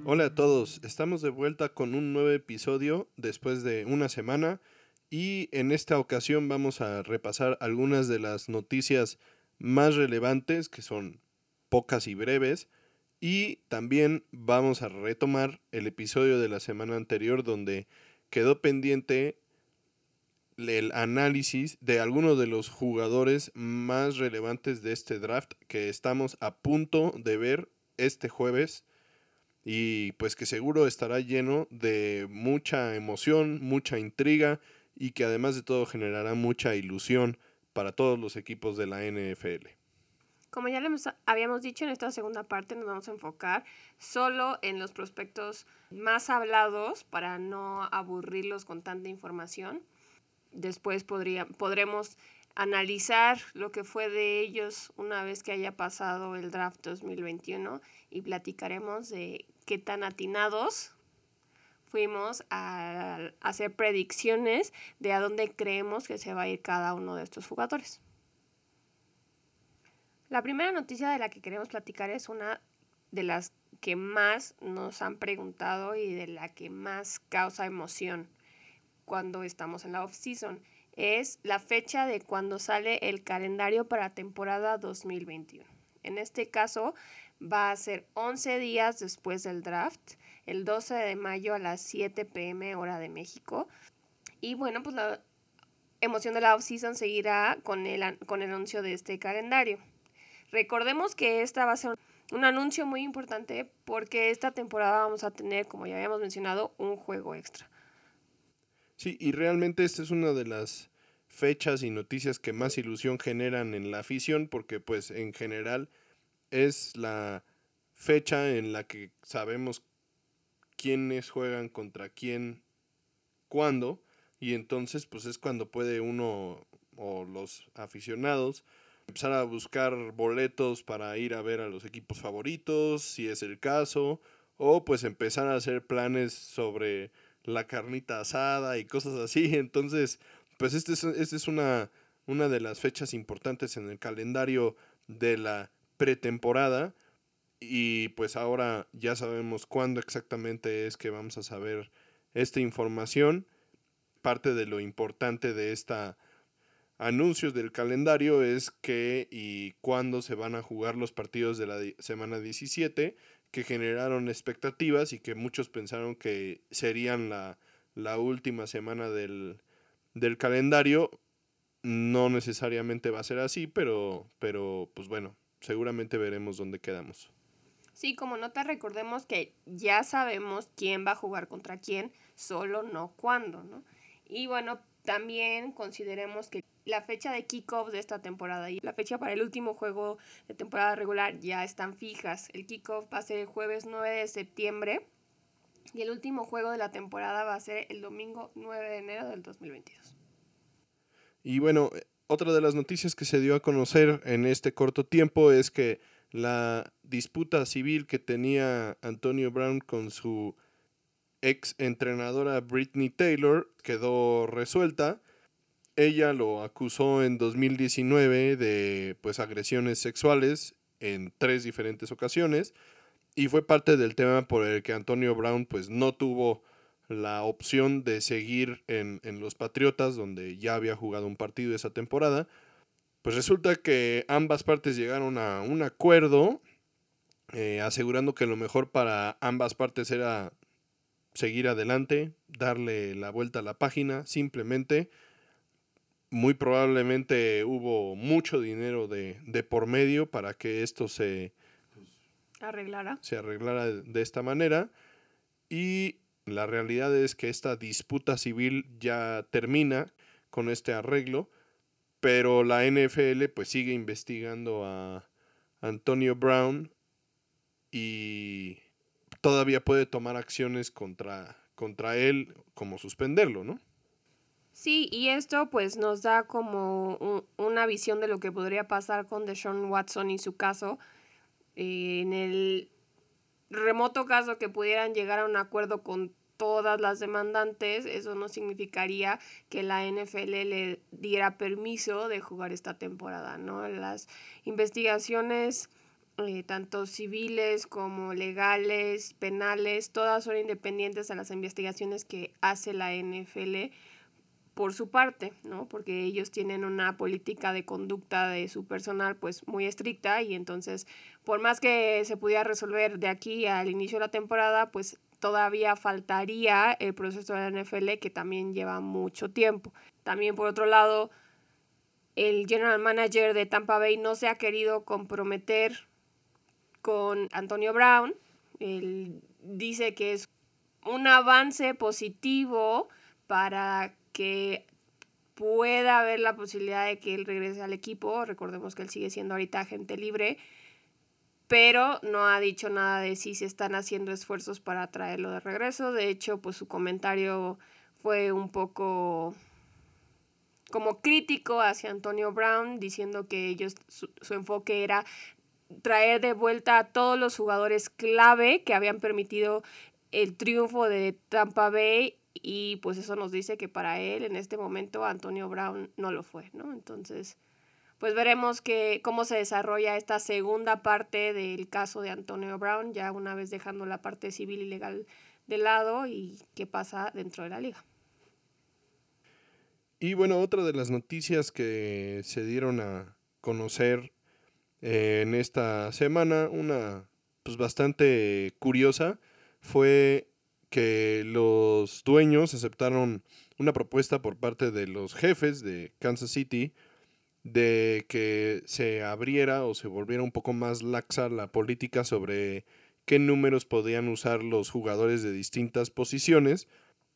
Hola a todos, estamos de vuelta con un nuevo episodio después de una semana y en esta ocasión vamos a repasar algunas de las noticias más relevantes, que son pocas y breves, y también vamos a retomar el episodio de la semana anterior donde quedó pendiente el análisis de algunos de los jugadores más relevantes de este draft que estamos a punto de ver este jueves y pues que seguro estará lleno de mucha emoción, mucha intriga y que además de todo generará mucha ilusión para todos los equipos de la NFL. Como ya habíamos dicho, en esta segunda parte nos vamos a enfocar solo en los prospectos más hablados para no aburrirlos con tanta información. Después podremos analizar lo que fue de ellos una vez que haya pasado el draft 2021 y platicaremos de qué tan atinados fuimos a hacer predicciones de a dónde creemos que se va a ir cada uno de estos jugadores. La primera noticia de la que queremos platicar es una de las que más nos han preguntado y de la que más causa emoción cuando estamos en la off-season. Es la fecha de cuando sale el calendario para temporada 2021. En este caso va a ser 11 días después del draft, el 12 de mayo a las 7 p.m. hora de México. Y bueno, pues la emoción de la off-season seguirá con el anuncio de este calendario. Recordemos que esta va a ser un anuncio muy importante porque esta temporada vamos a tener, como ya habíamos mencionado, un juego extra. Sí, y realmente esta es una de las fechas y noticias que más ilusión generan en la afición porque pues en general es la fecha en la que sabemos quiénes juegan contra quién, cuándo, y entonces pues es cuando puede uno o los aficionados empezar a buscar boletos para ir a ver a los equipos favoritos, si es el caso, o pues empezar a hacer planes sobre la carnita asada y cosas así. Entonces, pues esta es una de las fechas importantes en el calendario de la pretemporada y pues ahora ya sabemos cuándo exactamente es que vamos a saber esta información. Parte de lo importante de esta anuncios del calendario es que y cuándo se van a jugar los partidos de la semana 17 que generaron expectativas y que muchos pensaron que serían la última semana del calendario. No necesariamente va a ser así, pero pues bueno, seguramente veremos dónde quedamos. Sí, como nota recordemos que ya sabemos quién va a jugar contra quién, solo no cuándo, ¿no? Y bueno, también consideremos que la fecha de kickoff de esta temporada y la fecha para el último juego de temporada regular ya están fijas. El kickoff va a ser el jueves 9 de septiembre y el último juego de la temporada va a ser el domingo 9 de enero del 2022. Y bueno, otra de las noticias que se dio a conocer en este corto tiempo es que la disputa civil que tenía Antonio Brown con su ex entrenadora Brittany Taylor quedó resuelta. Ella lo acusó en 2019 de pues agresiones sexuales en 3 diferentes ocasiones y fue parte del tema por el que Antonio Brown pues no tuvo la opción de seguir en los Patriotas, donde ya había jugado un partido esa temporada. Pues resulta que ambas partes llegaron a un acuerdo, asegurando que lo mejor para ambas partes era seguir adelante, darle la vuelta a la página, simplemente. Muy probablemente hubo mucho dinero de por medio para que esto ¿Arreglará? se arreglara de esta manera. Y la realidad es que esta disputa civil ya termina con este arreglo, pero la NFL pues sigue investigando a Antonio Brown y todavía puede tomar acciones contra él, como suspenderlo, ¿no? Sí, y esto pues nos da como una visión de lo que podría pasar con Deshaun Watson y su caso. En el remoto caso que pudieran llegar a un acuerdo con todas las demandantes, eso no significaría que la NFL le diera permiso de jugar esta temporada, ¿no? Las investigaciones tanto civiles como legales, penales, todas son independientes a las investigaciones que hace la NFL por su parte, ¿no? Porque ellos tienen una política de conducta de su personal pues muy estricta y entonces por más que se pudiera resolver de aquí al inicio de la temporada, pues todavía faltaría el proceso de la NFL que también lleva mucho tiempo. También por otro lado, el general manager de Tampa Bay no se ha querido comprometer con Antonio Brown. Él dice que es un avance positivo para que pueda haber la posibilidad de que él regrese al equipo. Recordemos que él sigue siendo ahorita agente libre, pero no ha dicho nada de si se están haciendo esfuerzos para traerlo de regreso. De hecho, pues su comentario fue un poco como crítico hacia Antonio Brown, diciendo que ellos su enfoque era traer de vuelta a todos los jugadores clave que habían permitido el triunfo de Tampa Bay y pues eso nos dice que para él en este momento Antonio Brown no lo fue, ¿no? Entonces, pues veremos cómo se desarrolla esta segunda parte del caso de Antonio Brown, ya una vez dejando la parte civil y legal de lado y qué pasa dentro de la liga. Y bueno, otra de las noticias que se dieron a conocer en esta semana, una pues bastante curiosa, fue que los dueños aceptaron una propuesta por parte de los jefes de Kansas City de que se abriera o se volviera un poco más laxa la política sobre qué números podían usar los jugadores de distintas posiciones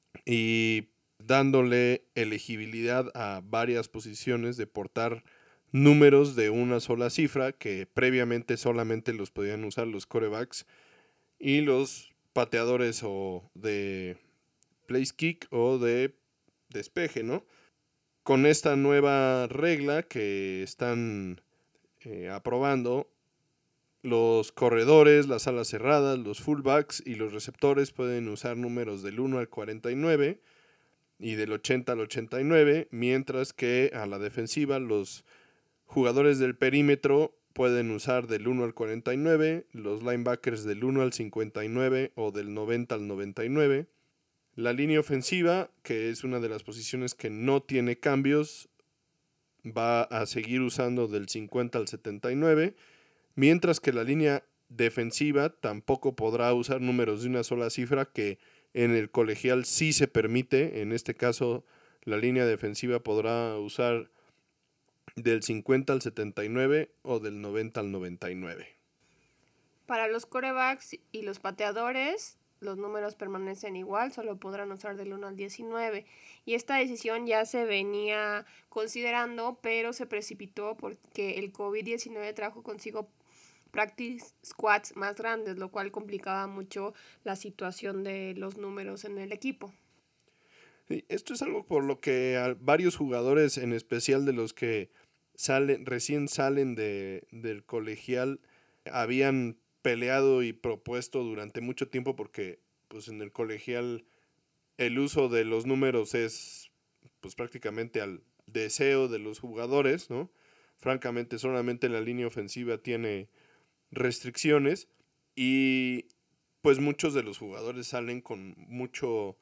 y dándole elegibilidad a varias posiciones de portar números de una sola cifra que previamente solamente los podían usar los quarterbacks y los pateadores o de place kick o de despeje, ¿no? Con esta nueva regla que están aprobando, los corredores, las alas cerradas, los fullbacks y los receptores pueden usar números del 1 al 49 y del 80 al 89, mientras que a la defensiva los jugadores del perímetro pueden usar del 1 al 49, los linebackers del 1 al 59 o del 90 al 99. La línea ofensiva, que es una de las posiciones que no tiene cambios, va a seguir usando del 50 al 79, mientras que la línea defensiva tampoco podrá usar números de una sola cifra, que en el colegial sí se permite. En este caso, la línea defensiva podrá usar del 50 al 79 o del 90 al 99. Para los quarterbacks y los pateadores, los números permanecen igual, solo podrán usar del 1 al 19. Y esta decisión ya se venía considerando, pero se precipitó porque el COVID-19 trajo consigo practice squads más grandes, lo cual complicaba mucho la situación de los números en el equipo. Esto es algo por lo que varios jugadores, en especial de los que recién salen del colegial, habían peleado y propuesto durante mucho tiempo, porque pues en el colegial el uso de los números es pues prácticamente al deseo de los jugadores, ¿no? Francamente, solamente la línea ofensiva tiene restricciones y pues muchos de los jugadores salen con mucho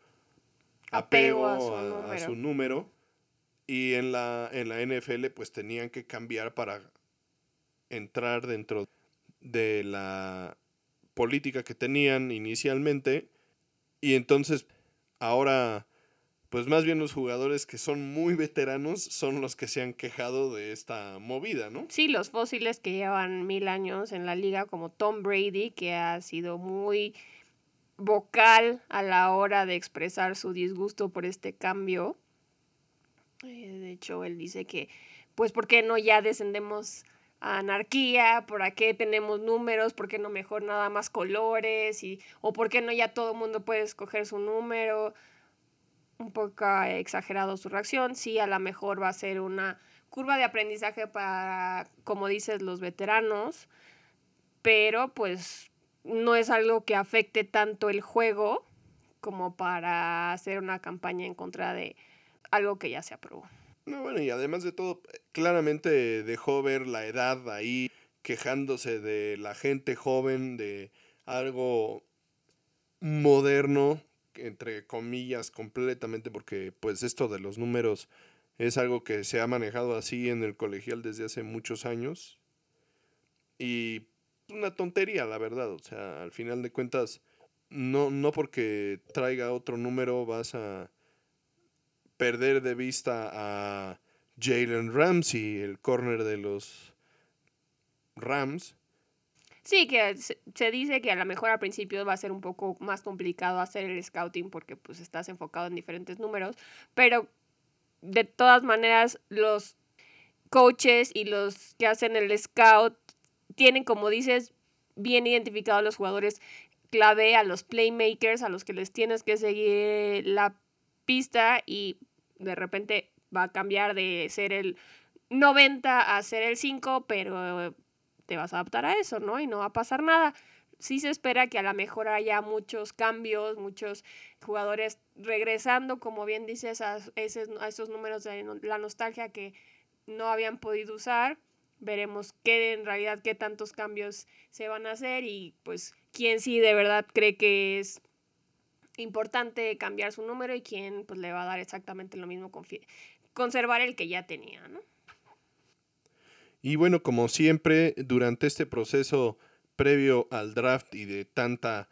Apego a apego su a número. su número, y en la NFL pues tenían que cambiar para entrar dentro de la política que tenían inicialmente, y entonces ahora pues más bien los jugadores que son muy veteranos son los que se han quejado de esta movida, ¿no? Sí, los fósiles que llevan 1000 años en la liga, como Tom Brady, que ha sido muy vocal a la hora de expresar su disgusto por este cambio. De hecho, él dice que, pues, ¿por qué no ya descendemos a anarquía? ¿Por qué tenemos números? ¿Por qué no mejor nada más colores? ¿O por qué no ya todo el mundo puede escoger su número? Un poco exagerado su reacción. Sí, a lo mejor va a ser una curva de aprendizaje para, como dices, los veteranos, pero pues no es algo que afecte tanto el juego como para hacer una campaña en contra de algo que ya se aprobó. No, bueno, y además de todo, claramente dejó ver la edad ahí, quejándose de la gente joven, de algo moderno, entre comillas, completamente, porque pues esto de los números es algo que se ha manejado así en el colegial desde hace muchos años. Y una tontería, la verdad. O sea, al final de cuentas, no porque traiga otro número vas a perder de vista a Jalen Ramsey, el corner de los Rams. Sí, que se dice que a lo mejor al principio va a ser un poco más complicado hacer el scouting porque pues estás enfocado en diferentes números, pero de todas maneras los coaches y los que hacen el scout tienen, como dices, bien identificados los jugadores clave, a los playmakers, a los que les tienes que seguir la pista y de repente va a cambiar de ser el 90 a ser el 5, pero te vas a adaptar a eso, ¿no? Y no va a pasar nada. Sí se espera que a lo mejor haya muchos cambios, muchos jugadores regresando, como bien dices, a esos números de la nostalgia que no habían podido usar. Veremos en realidad qué tantos cambios se van a hacer y pues quién sí de verdad cree que es importante cambiar su número y quién pues le va a dar exactamente lo mismo, conservar el que ya tenía, ¿no? Y bueno, como siempre, durante este proceso previo al draft y de tanta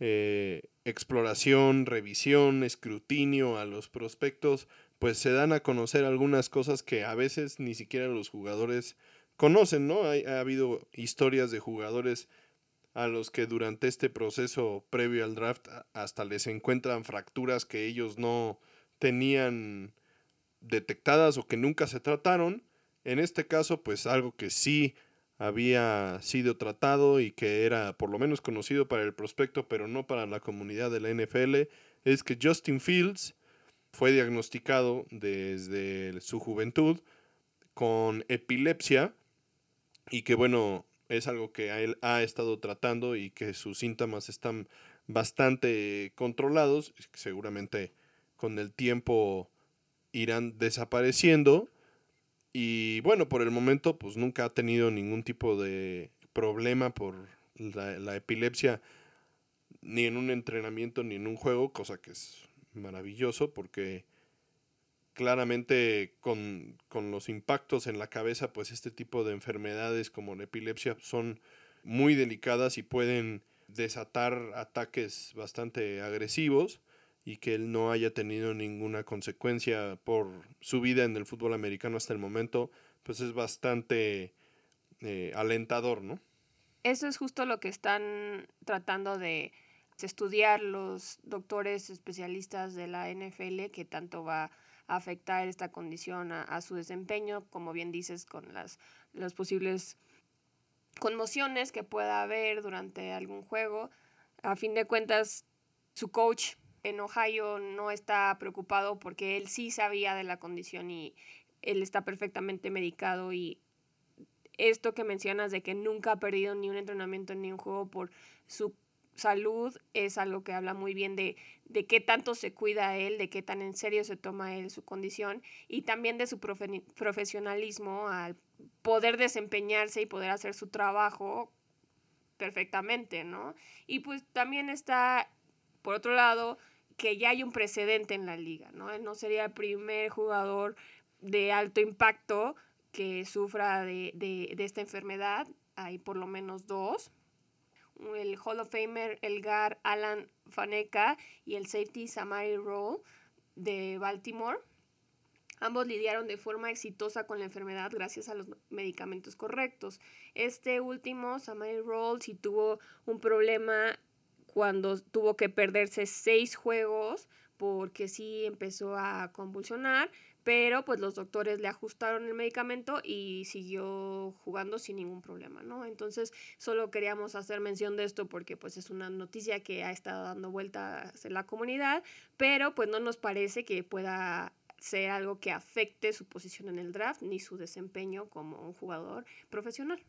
exploración, revisión, escrutinio a los prospectos, pues se dan a conocer algunas cosas que a veces ni siquiera los jugadores conocen, ¿no? Ha habido historias de jugadores a los que durante este proceso previo al draft hasta les encuentran fracturas que ellos no tenían detectadas o que nunca se trataron. En este caso, pues algo que sí había sido tratado y que era por lo menos conocido para el prospecto, pero no para la comunidad de la NFL, es que Justin Fields fue diagnosticado desde su juventud con epilepsia y que bueno, es algo que él ha estado tratando y que sus síntomas están bastante controlados, seguramente con el tiempo irán desapareciendo y bueno, por el momento pues nunca ha tenido ningún tipo de problema por la epilepsia ni en un entrenamiento ni en un juego, cosa que es maravilloso porque claramente con los impactos en la cabeza pues este tipo de enfermedades como la epilepsia son muy delicadas y pueden desatar ataques bastante agresivos y que él no haya tenido ninguna consecuencia por su vida en el fútbol americano hasta el momento, pues es bastante alentador, ¿no? Eso es justo lo que están tratando de estudiar los doctores especialistas de la NFL, que tanto va a afectar esta condición a su desempeño, como bien dices, con las posibles conmociones que pueda haber durante algún juego. A fin de cuentas, su coach en Ohio no está preocupado porque él sí sabía de la condición y él está perfectamente medicado y esto que mencionas de que nunca ha perdido ni un entrenamiento ni un juego por su salud es algo que habla muy bien de qué tanto se cuida él, de qué tan en serio se toma él su condición y también de su profesionalismo al poder desempeñarse y poder hacer su trabajo perfectamente, ¿no? Y pues también está, por otro lado, que ya hay un precedente en la liga, ¿no? Él no sería el primer jugador de alto impacto que sufra de esta enfermedad. Hay por lo menos dos. El Hall of Famer Elgar Alan Faneca y el safety Samari Roll de Baltimore. Ambos lidiaron de forma exitosa con la enfermedad gracias a los medicamentos correctos. Este último, Samari Roll, sí tuvo un problema cuando tuvo que perderse 6 juegos porque sí empezó a convulsionar, pero pues los doctores le ajustaron el medicamento y siguió jugando sin ningún problema, ¿no? Entonces solo queríamos hacer mención de esto porque pues es una noticia que ha estado dando vueltas en la comunidad, pero pues no nos parece que pueda ser algo que afecte su posición en el draft ni su desempeño como un jugador profesional.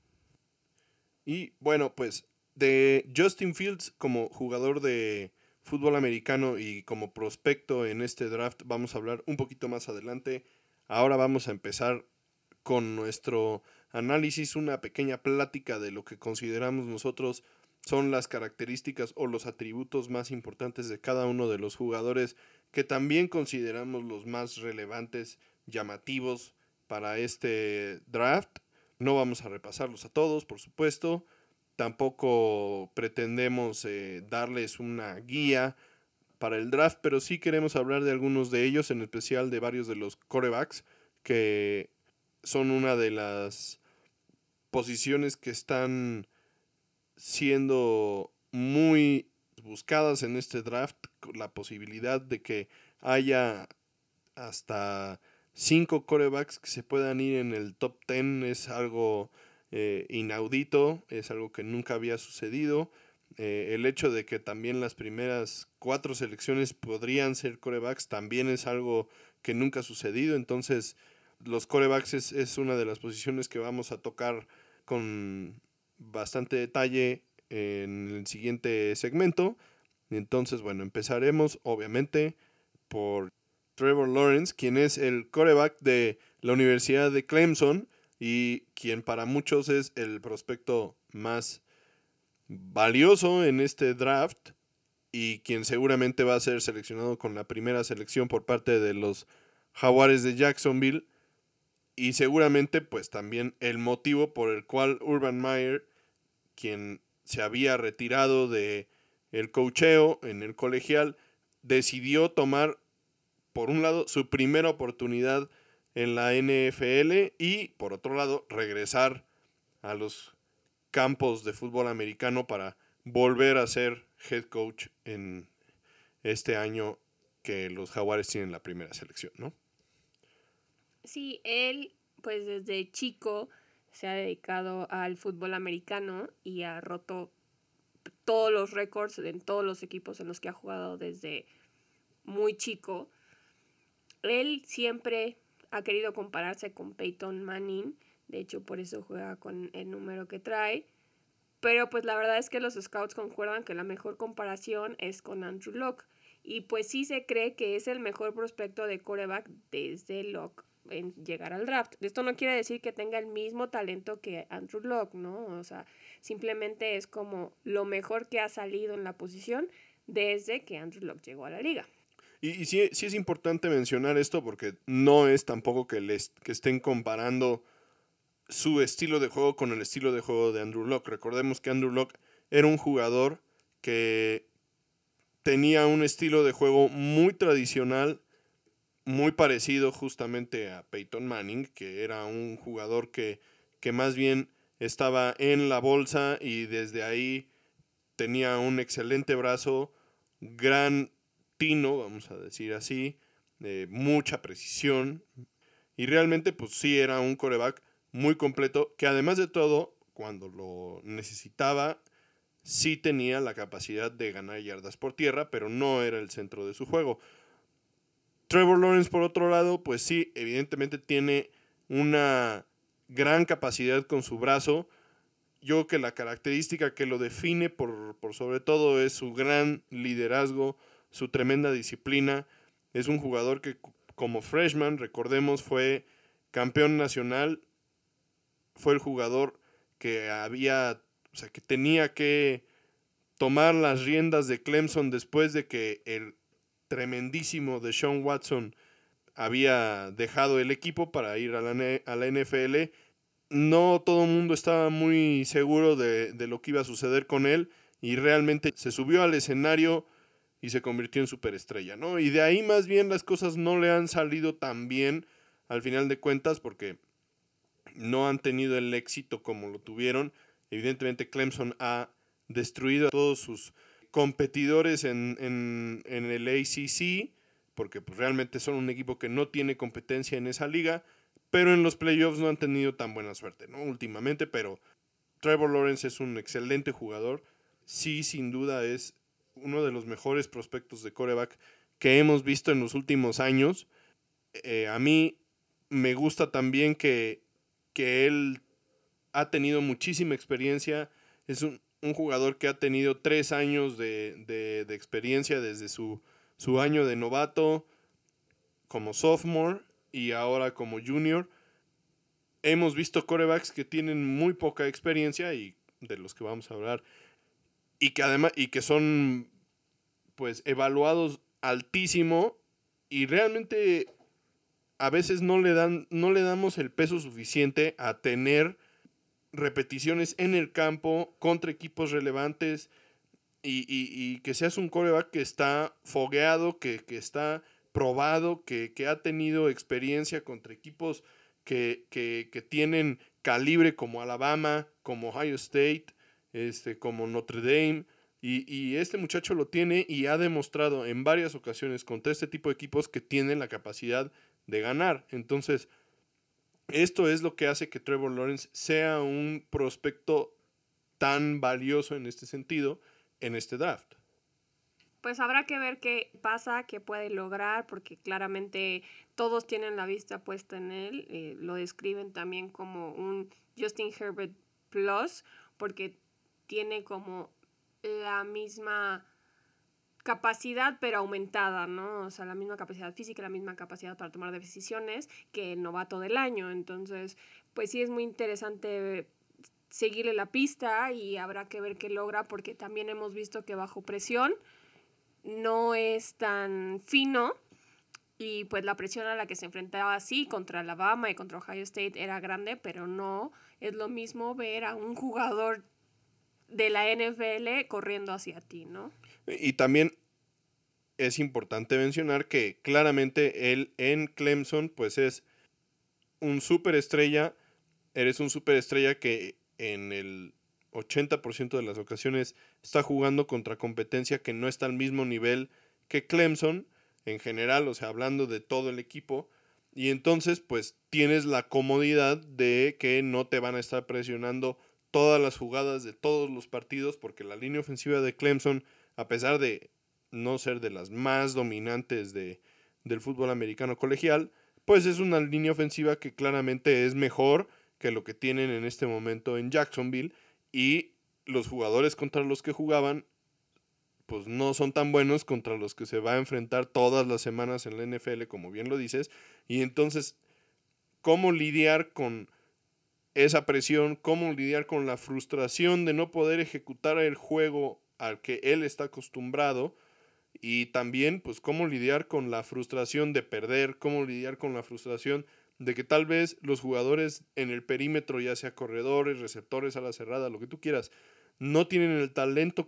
Y bueno, pues de Justin Fields como jugador de fútbol americano y como prospecto en este draft vamos a hablar un poquito más adelante. Ahora vamos a empezar con nuestro análisis, una pequeña plática de lo que consideramos nosotros son las características o los atributos más importantes de cada uno de los jugadores que también consideramos los más relevantes, llamativos para este draft. No vamos a repasarlos a todos, por supuesto. Tampoco pretendemos darles una guía para el draft, pero sí queremos hablar de algunos de ellos, en especial de varios de los quarterbacks, que son una de las posiciones que están siendo muy buscadas en este draft, la posibilidad de que haya hasta 5 quarterbacks que se puedan ir en el top 10 es algo inaudito, es algo que nunca había sucedido. El hecho de que también las primeras 4 selecciones podrían ser quarterbacks también es algo que nunca ha sucedido. Entonces, los quarterbacks es una de las posiciones que vamos a tocar con bastante detalle en el siguiente segmento. Entonces, bueno, empezaremos obviamente por Trevor Lawrence, quien es el quarterback de la Universidad de Clemson y quien para muchos es el prospecto más valioso en este draft y quien seguramente va a ser seleccionado con la primera selección por parte de los Jaguares de Jacksonville y seguramente pues también el motivo por el cual Urban Meyer, quien se había retirado de el coacheo en el colegial, decidió tomar por un lado su primera oportunidad en la NFL y por otro lado regresar a los campos de fútbol americano para volver a ser head coach en este año que los Jaguares tienen la primera selección, ¿no? Sí, él pues desde chico se ha dedicado al fútbol americano y ha roto todos los récords en todos los equipos en los que ha jugado desde muy chico. Él siempre ha querido compararse con Peyton Manning, de hecho por eso juega con el número que trae, pero pues la verdad es que los scouts concuerdan que la mejor comparación es con Andrew Luck, y pues sí se cree que es el mejor prospecto de quarterback desde Luck en llegar al draft. Esto no quiere decir que tenga el mismo talento que Andrew Luck, ¿no? O sea, simplemente es como lo mejor que ha salido en la posición desde que Andrew Luck llegó a la liga. Y sí, sí es importante mencionar esto porque no es tampoco que estén comparando su estilo de juego con el estilo de juego de Andrew Luck. Recordemos que Andrew Luck era un jugador que tenía un estilo de juego muy tradicional, muy parecido justamente a Peyton Manning, que era un jugador que más bien estaba en la bolsa y desde ahí tenía un excelente brazo, gran tino, vamos a decir así, mucha precisión. Y realmente, pues sí, era un quarterback muy completo, que además de todo, cuando lo necesitaba, sí tenía la capacidad de ganar yardas por tierra, pero no era el centro de su juego. Trevor Lawrence, por otro lado, pues sí, evidentemente tiene una gran capacidad con su brazo. Yo creo que la característica que lo define por sobre todo es su gran liderazgo, su tremenda disciplina. Es un jugador que como freshman, recordemos, fue campeón nacional, fue el jugador que o sea, que tenía que tomar las riendas de Clemson después de que el tremendísimo Deshaun Watson había dejado el equipo para ir a la NFL. No todo el mundo estaba muy seguro de lo que iba a suceder con él y realmente se subió al escenario y se convirtió en superestrella, ¿no? Y de ahí más bien las cosas no le han salido tan bien al final de cuentas porque no han tenido el éxito como lo tuvieron. Evidentemente Clemson ha destruido a todos sus competidores en el ACC porque pues, realmente son un equipo que no tiene competencia en esa liga, pero en los playoffs no han tenido tan buena suerte, ¿no? Últimamente, pero Trevor Lawrence es un excelente jugador. Sí, sin duda es uno de los mejores prospectos de quarterback que hemos visto en los últimos años. A mí me gusta también que él ha tenido muchísima experiencia. Es un jugador que ha tenido 3 años de experiencia desde su año de novato como sophomore y ahora como junior. hemos visto quarterbacks que tienen muy poca experiencia y de los que vamos a hablar y que además y que son pues evaluados altísimo y realmente a veces no le damos el peso suficiente a tener repeticiones en el campo contra equipos relevantes y que seas un quarterback que está fogueado, que está probado, que ha tenido experiencia contra equipos que tienen calibre como Alabama, como Ohio State, como Notre Dame. Y este muchacho lo tiene y ha demostrado en varias ocasiones contra este tipo de equipos que tienen la capacidad de ganar. Entonces, esto es lo que hace que Trevor Lawrence sea un prospecto tan valioso en este sentido en este draft. Pues habrá que ver qué pasa, qué puede lograr, porque claramente todos tienen la vista puesta en él. Lo describen también como un Justin Herbert Plus, porque tiene como la misma capacidad pero aumentada, ¿no? O sea, la misma capacidad física, la misma capacidad para tomar decisiones que el novato del año. Entonces, pues sí es muy interesante seguirle la pista y habrá que ver qué logra, porque también hemos visto que bajo presión no es tan fino y pues la presión a la que se enfrentaba así contra Alabama y contra Ohio State era grande, pero no es lo mismo ver a un jugador de la NFL corriendo hacia ti, ¿no? Y también es importante mencionar que claramente él en Clemson pues es un superestrella, eres un superestrella que en el 80% de las ocasiones está jugando contra competencia que no está al mismo nivel que Clemson en general, o sea, hablando de todo el equipo, y entonces pues tienes la comodidad de que no te van a estar presionando todas las jugadas de todos los partidos, porque la línea ofensiva de Clemson, a pesar de no ser de las más dominantes del fútbol americano colegial, pues es una línea ofensiva que claramente es mejor que lo que tienen en este momento en Jacksonville, y los jugadores contra los que jugaban pues no son tan buenos contra los que se va a enfrentar todas las semanas en la NFL, como bien lo dices, y entonces cómo lidiar con esa presión, cómo lidiar con la frustración de no poder ejecutar el juego al que él está acostumbrado, y también pues cómo lidiar con la frustración de perder, cómo lidiar con la frustración de que tal vez los jugadores en el perímetro, ya sea corredores, receptores a la cerrada, lo que tú quieras, no tienen el talento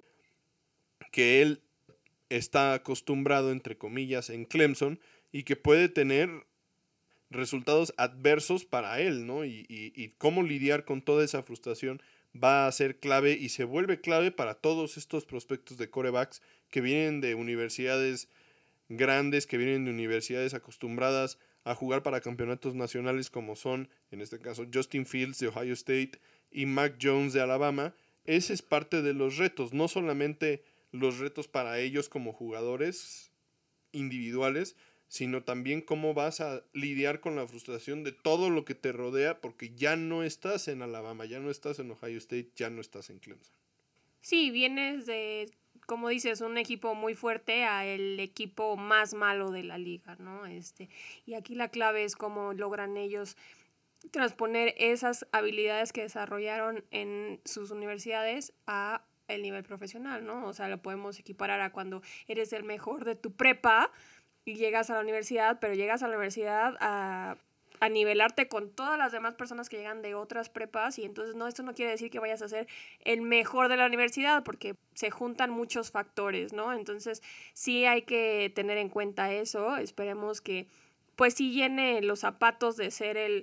que él está acostumbrado, entre comillas, en Clemson, y que puede tener resultados adversos para él, ¿no? Y cómo lidiar con toda esa frustración va a ser clave y se vuelve clave para todos estos prospectos de quarterbacks que vienen de universidades grandes, que vienen de universidades acostumbradas a jugar para campeonatos nacionales, como son, en este caso, Justin Fields de Ohio State y Mac Jones de Alabama. Ese es parte de los retos, no solamente los retos para ellos como jugadores individuales, sino también cómo vas a lidiar con la frustración de todo lo que te rodea, porque ya no estás en Alabama, ya no estás en Ohio State, ya no estás en Clemson. Sí, vienes de, como dices, un equipo muy fuerte a el equipo más malo de la liga, ¿no? Y aquí la clave es cómo logran ellos transponer esas habilidades que desarrollaron en sus universidades a el nivel profesional, ¿no? O sea, lo podemos equiparar a cuando eres el mejor de tu prepa y llegas a la universidad, pero llegas a la universidad a nivelarte con todas las demás personas que llegan de otras prepas, y entonces no, esto no quiere decir que vayas a ser el mejor de la universidad, porque se juntan muchos factores, ¿no? Entonces sí hay que tener en cuenta eso. Esperemos que pues sí llene los zapatos de ser el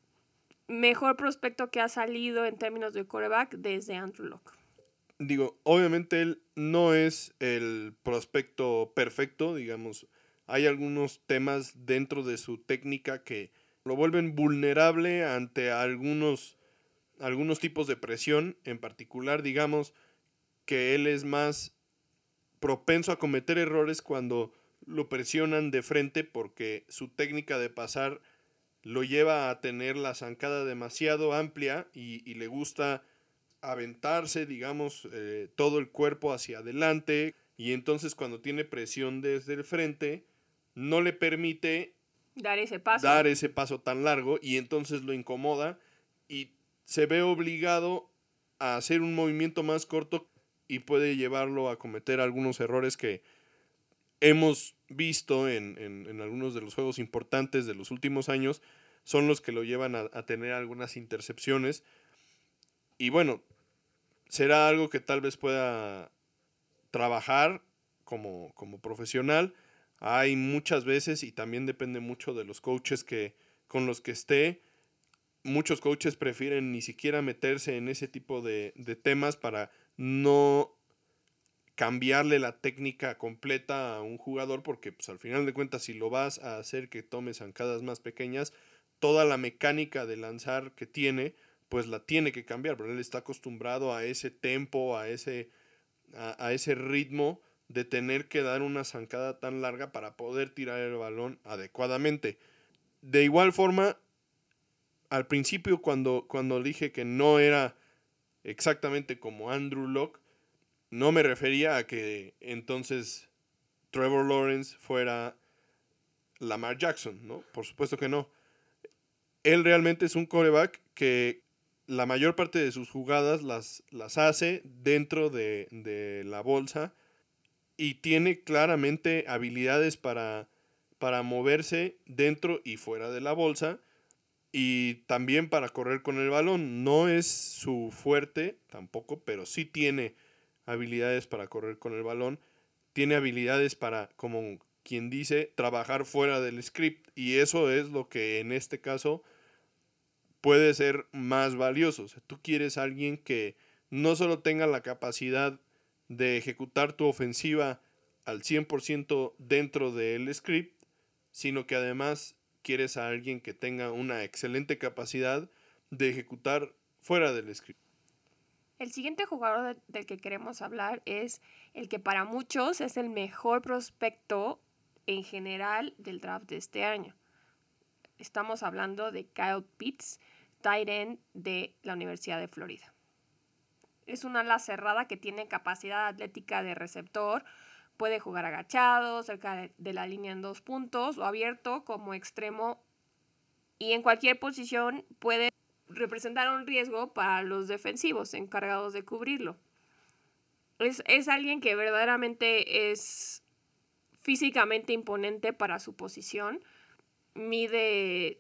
mejor prospecto que ha salido en términos de quarterback desde Andrew Luck. Digo, obviamente él no es el prospecto perfecto, digamos, hay algunos temas dentro de su técnica que lo vuelven vulnerable ante algunos tipos de presión, en particular, digamos, que él es más propenso a cometer errores cuando lo presionan de frente, porque su técnica de pasar lo lleva a tener la zancada demasiado amplia y le gusta aventarse, digamos, todo el cuerpo hacia adelante, y entonces cuando tiene presión desde el frente no le permite Dar ese dar paso. ese paso tan largo y entonces lo incomoda y se ve obligado a hacer un movimiento más corto y puede llevarlo a cometer algunos errores que hemos visto en algunos de los juegos importantes de los últimos años, son los que lo llevan a tener algunas intercepciones. Y bueno, será algo que tal vez pueda trabajar como profesional. Hay muchas veces, y también depende mucho de los coaches con los que esté, muchos coaches prefieren ni siquiera meterse en ese tipo de temas para no cambiarle la técnica completa a un jugador, porque pues al final de cuentas, si lo vas a hacer que tome zancadas más pequeñas, toda la mecánica de lanzar que tiene, pues la tiene que cambiar, pero él está acostumbrado a ese tempo, a ese ritmo de tener que dar una zancada tan larga para poder tirar el balón adecuadamente. De igual forma, al principio cuando dije que no era exactamente como Andrew Luck, no me refería a que entonces Trevor Lawrence fuera Lamar Jackson, ¿no? Por supuesto que no. Él realmente es un quarterback que la mayor parte de sus jugadas las hace dentro de la bolsa y tiene claramente habilidades para moverse dentro y fuera de la bolsa y también para correr con el balón. No es su fuerte tampoco, pero sí tiene habilidades para correr con el balón. Tiene habilidades para, como quien dice, trabajar fuera del script. Y eso es lo que en este caso puede ser más valioso. O sea, tú quieres a alguien que no solo tenga la capacidad de ejecutar tu ofensiva al 100% dentro del script, sino que además quieres a alguien que tenga una excelente capacidad de ejecutar fuera del script. El siguiente jugador del que queremos hablar es el que para muchos es el mejor prospecto en general del draft de este año. Estamos hablando de Kyle Pitts, tight end de la Universidad de Florida. Es una ala cerrada que tiene capacidad atlética de receptor, puede jugar agachado, cerca de la línea en 2 puntos o abierto como extremo y en cualquier posición puede representar un riesgo para los defensivos encargados de cubrirlo. Es alguien que verdaderamente es físicamente imponente para su posición. Mide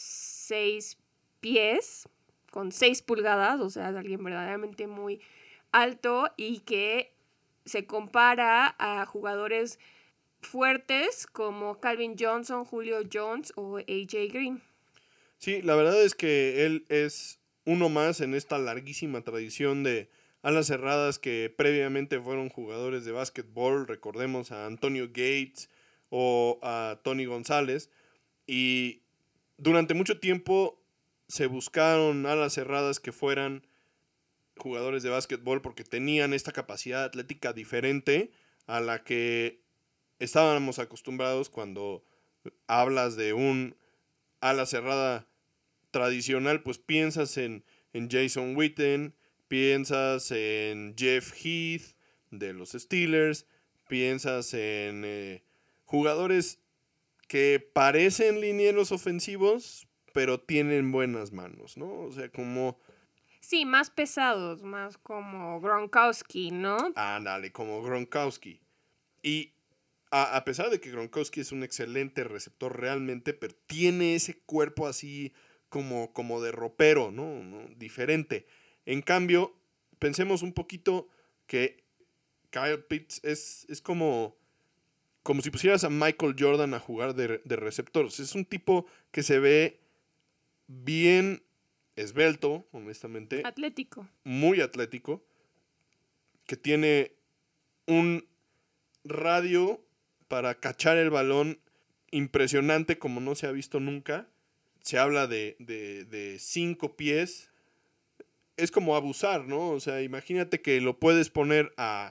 6 pies con 6 pulgadas, o sea, es alguien verdaderamente muy alto y que se compara a jugadores fuertes como Calvin Johnson, Julio Jones o AJ Green. Sí, la verdad es que él es uno más en esta larguísima tradición de alas cerradas que previamente fueron jugadores de básquetbol. Recordemos a Antonio Gates o a Tony González. Y durante mucho tiempo se buscaron alas cerradas que fueran jugadores de básquetbol porque tenían esta capacidad atlética diferente a la que estábamos acostumbrados cuando hablas de un ala cerrada tradicional, pues piensas en Jason Witten, piensas en Jeff Heath de los Steelers, piensas en jugadores que parecen linieros ofensivos, pero tienen buenas manos, ¿no? O sea, como... Sí, más pesados, más como Gronkowski, ¿no? Ándale, como Gronkowski. Y a pesar de que Gronkowski es un excelente receptor realmente, pero tiene ese cuerpo así como de ropero, ¿no? Diferente. En cambio, pensemos un poquito que Kyle Pitts es como si pusieras a Michael Jordan a jugar de receptor. Es un tipo que se ve bien esbelto, honestamente, Atlético. muy atlético, que tiene un radio para cachar el balón impresionante como no se ha visto nunca. Se habla de 5 pies. Es como abusar, ¿no? O sea, imagínate que lo puedes poner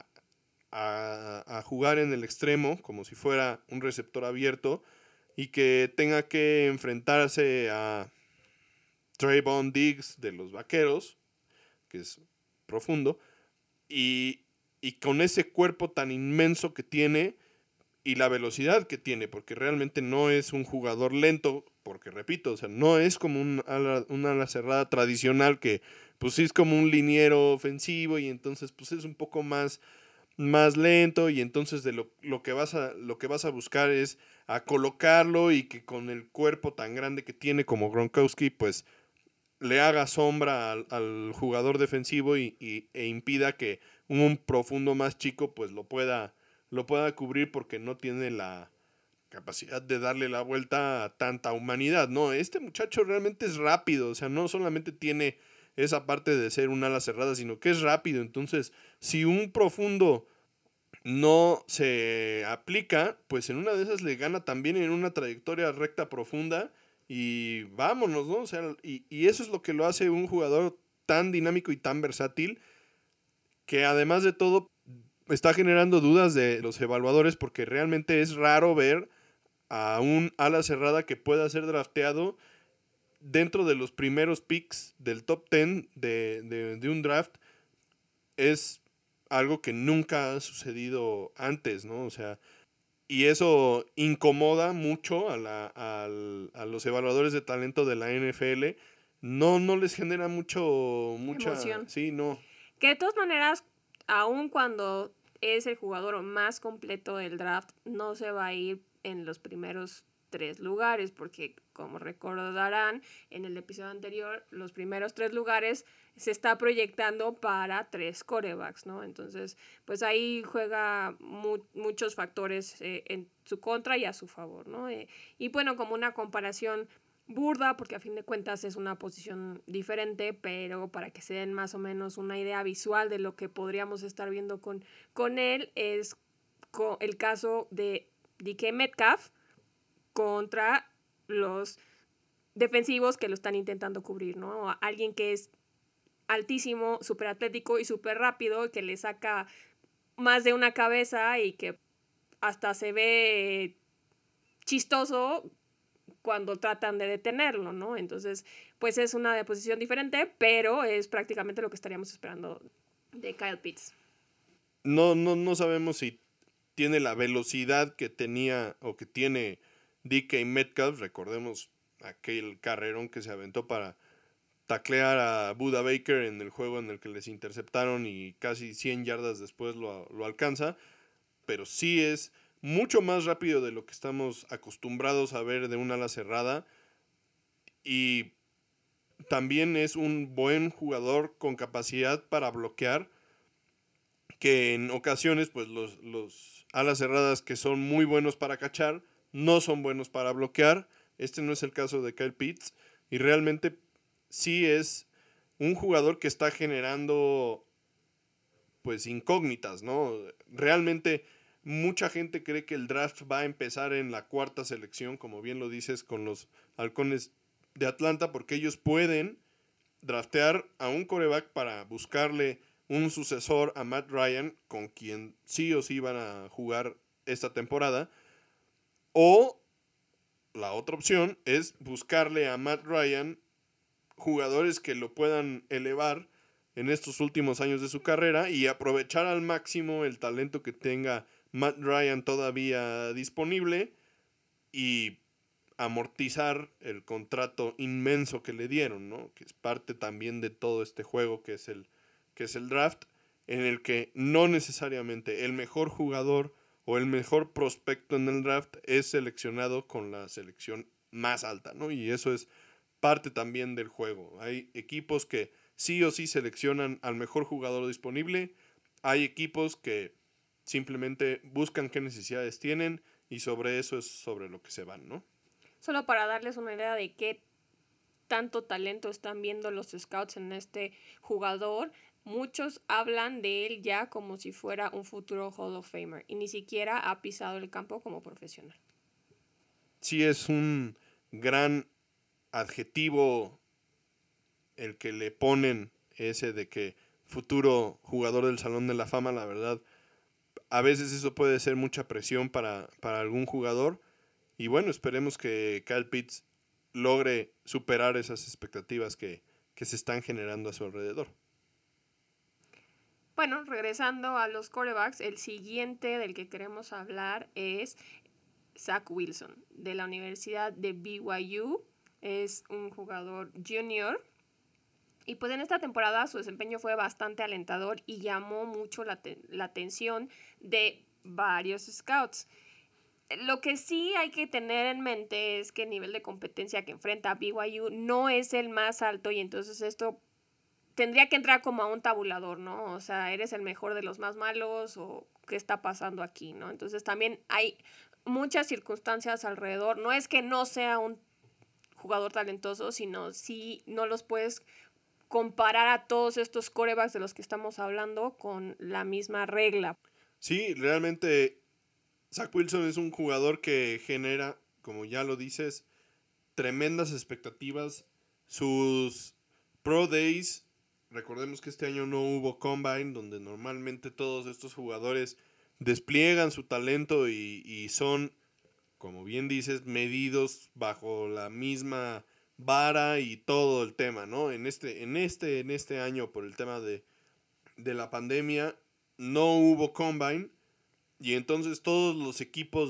a jugar en el extremo, como si fuera un receptor abierto, y que tenga que enfrentarse a Trayvon Diggs de los Vaqueros, que es profundo, y con ese cuerpo tan inmenso que tiene, y la velocidad que tiene, porque realmente no es un jugador lento, porque repito, o sea, no es como un ala cerrada tradicional que pues sí es como un liniero ofensivo y entonces pues es un poco más lento y entonces de lo que vas a buscar es a colocarlo y que con el cuerpo tan grande que tiene como Gronkowski pues le haga sombra al jugador defensivo e impida que un profundo más chico pues lo pueda cubrir porque no tiene la capacidad de darle la vuelta a tanta humanidad, ¿no? Este muchacho realmente es rápido, o sea, no solamente tiene esa parte de ser un ala cerrada, sino que es rápido, entonces si un profundo no se aplica, pues en una de esas le gana también en una trayectoria recta profunda y vámonos, ¿no? O sea, y eso es lo que lo hace un jugador tan dinámico y tan versátil que además de todo está generando dudas de los evaluadores porque realmente es raro ver a un ala cerrada que pueda ser drafteado dentro de los primeros picks del top 10 de un draft. Es algo que nunca ha sucedido antes, ¿no? O sea, y eso incomoda mucho a los evaluadores de talento de la NFL. No les genera mucha, Emoción. sí, no. Que de todas maneras, aun cuando es el jugador más completo del draft, no se va a ir en los primeros 3 lugares, porque como recordarán en el episodio anterior, los primeros 3 lugares se está proyectando para 3 quarterbacks, ¿no? Entonces, pues ahí juega muchos factores en su contra y a su favor, ¿no? Y bueno, como una comparación burda, porque a fin de cuentas es una posición diferente, pero para que se den más o menos una idea visual de lo que podríamos estar viendo con él, es el caso de DK Metcalf contra los defensivos que lo están intentando cubrir, ¿no? Alguien que es altísimo, súper atlético y súper rápido, que le saca más de una cabeza y que hasta se ve chistoso cuando tratan de detenerlo, ¿no? Entonces, pues es una posición diferente, pero es prácticamente lo que estaríamos esperando de Kyle Pitts. No sabemos si tiene la velocidad que tenía o que tiene DK Metcalf. Recordemos aquel carrerón que se aventó para taclear a Buda Baker en el juego en el que les interceptaron y casi 100 yardas después lo alcanza. Pero sí es mucho más rápido de lo que estamos acostumbrados a ver de un ala cerrada. Y también es un buen jugador con capacidad para bloquear, que en ocasiones pues los alas cerradas que son muy buenos para cachar no son buenos para bloquear. Este no es el caso de Kyle Pitts y realmente sí es un jugador que está generando pues incógnitas, ¿no? Realmente mucha gente cree que el draft va a empezar en la cuarta selección, como bien lo dices, con los Halcones de Atlanta, porque ellos pueden draftear a un quarterback para buscarle un sucesor a Matt Ryan, con quien sí o sí van a jugar esta temporada, o la otra opción es buscarle a Matt Ryan jugadores que lo puedan elevar en estos últimos años de su carrera y aprovechar al máximo el talento que tenga Matt Ryan todavía disponible y amortizar el contrato inmenso que le dieron, ¿no? Que es parte también de todo este juego que es el draft, en el que no necesariamente el mejor jugador o el mejor prospecto en el draft es seleccionado con la selección más alta, ¿no? Y eso es parte también del juego. Hay equipos que sí o sí seleccionan al mejor jugador disponible, hay equipos que simplemente buscan qué necesidades tienen y sobre eso es sobre lo que se van, ¿no? Solo para darles una idea de qué tanto talento están viendo los scouts en este jugador, muchos hablan de él ya como si fuera un futuro Hall of Famer y ni siquiera ha pisado el campo como profesional. Sí es un gran adjetivo el que le ponen ese de que futuro jugador del Salón de la Fama, la verdad. A veces eso puede ser mucha presión para algún jugador. Y bueno, esperemos que Kyle Pitts logre superar esas expectativas que se están generando a su alrededor. Bueno, regresando a los quarterbacks, el siguiente del que queremos hablar es Zach Wilson, de la Universidad de BYU. Es un jugador junior. Y pues en esta temporada su desempeño fue bastante alentador y llamó mucho la atención de varios scouts. Lo que sí hay que tener en mente es que el nivel de competencia que enfrenta BYU no es el más alto, y entonces esto tendría que entrar como a un tabulador, ¿no? O sea, ¿eres el mejor de los más malos o qué está pasando aquí, ¿no? Entonces también hay muchas circunstancias alrededor. No es que no sea un jugador talentoso, sino si no los puedes comparar a todos estos quarterbacks de los que estamos hablando con la misma regla. Sí, realmente Zach Wilson es un jugador que genera, como ya lo dices, tremendas expectativas. Sus Pro Days, recordemos que este año no hubo Combine, donde normalmente todos estos jugadores despliegan su talento y son, como bien dices, medidos bajo la misma vara y todo el tema, ¿no? En este año, por el tema de la pandemia, no hubo Combine, y entonces todos los equipos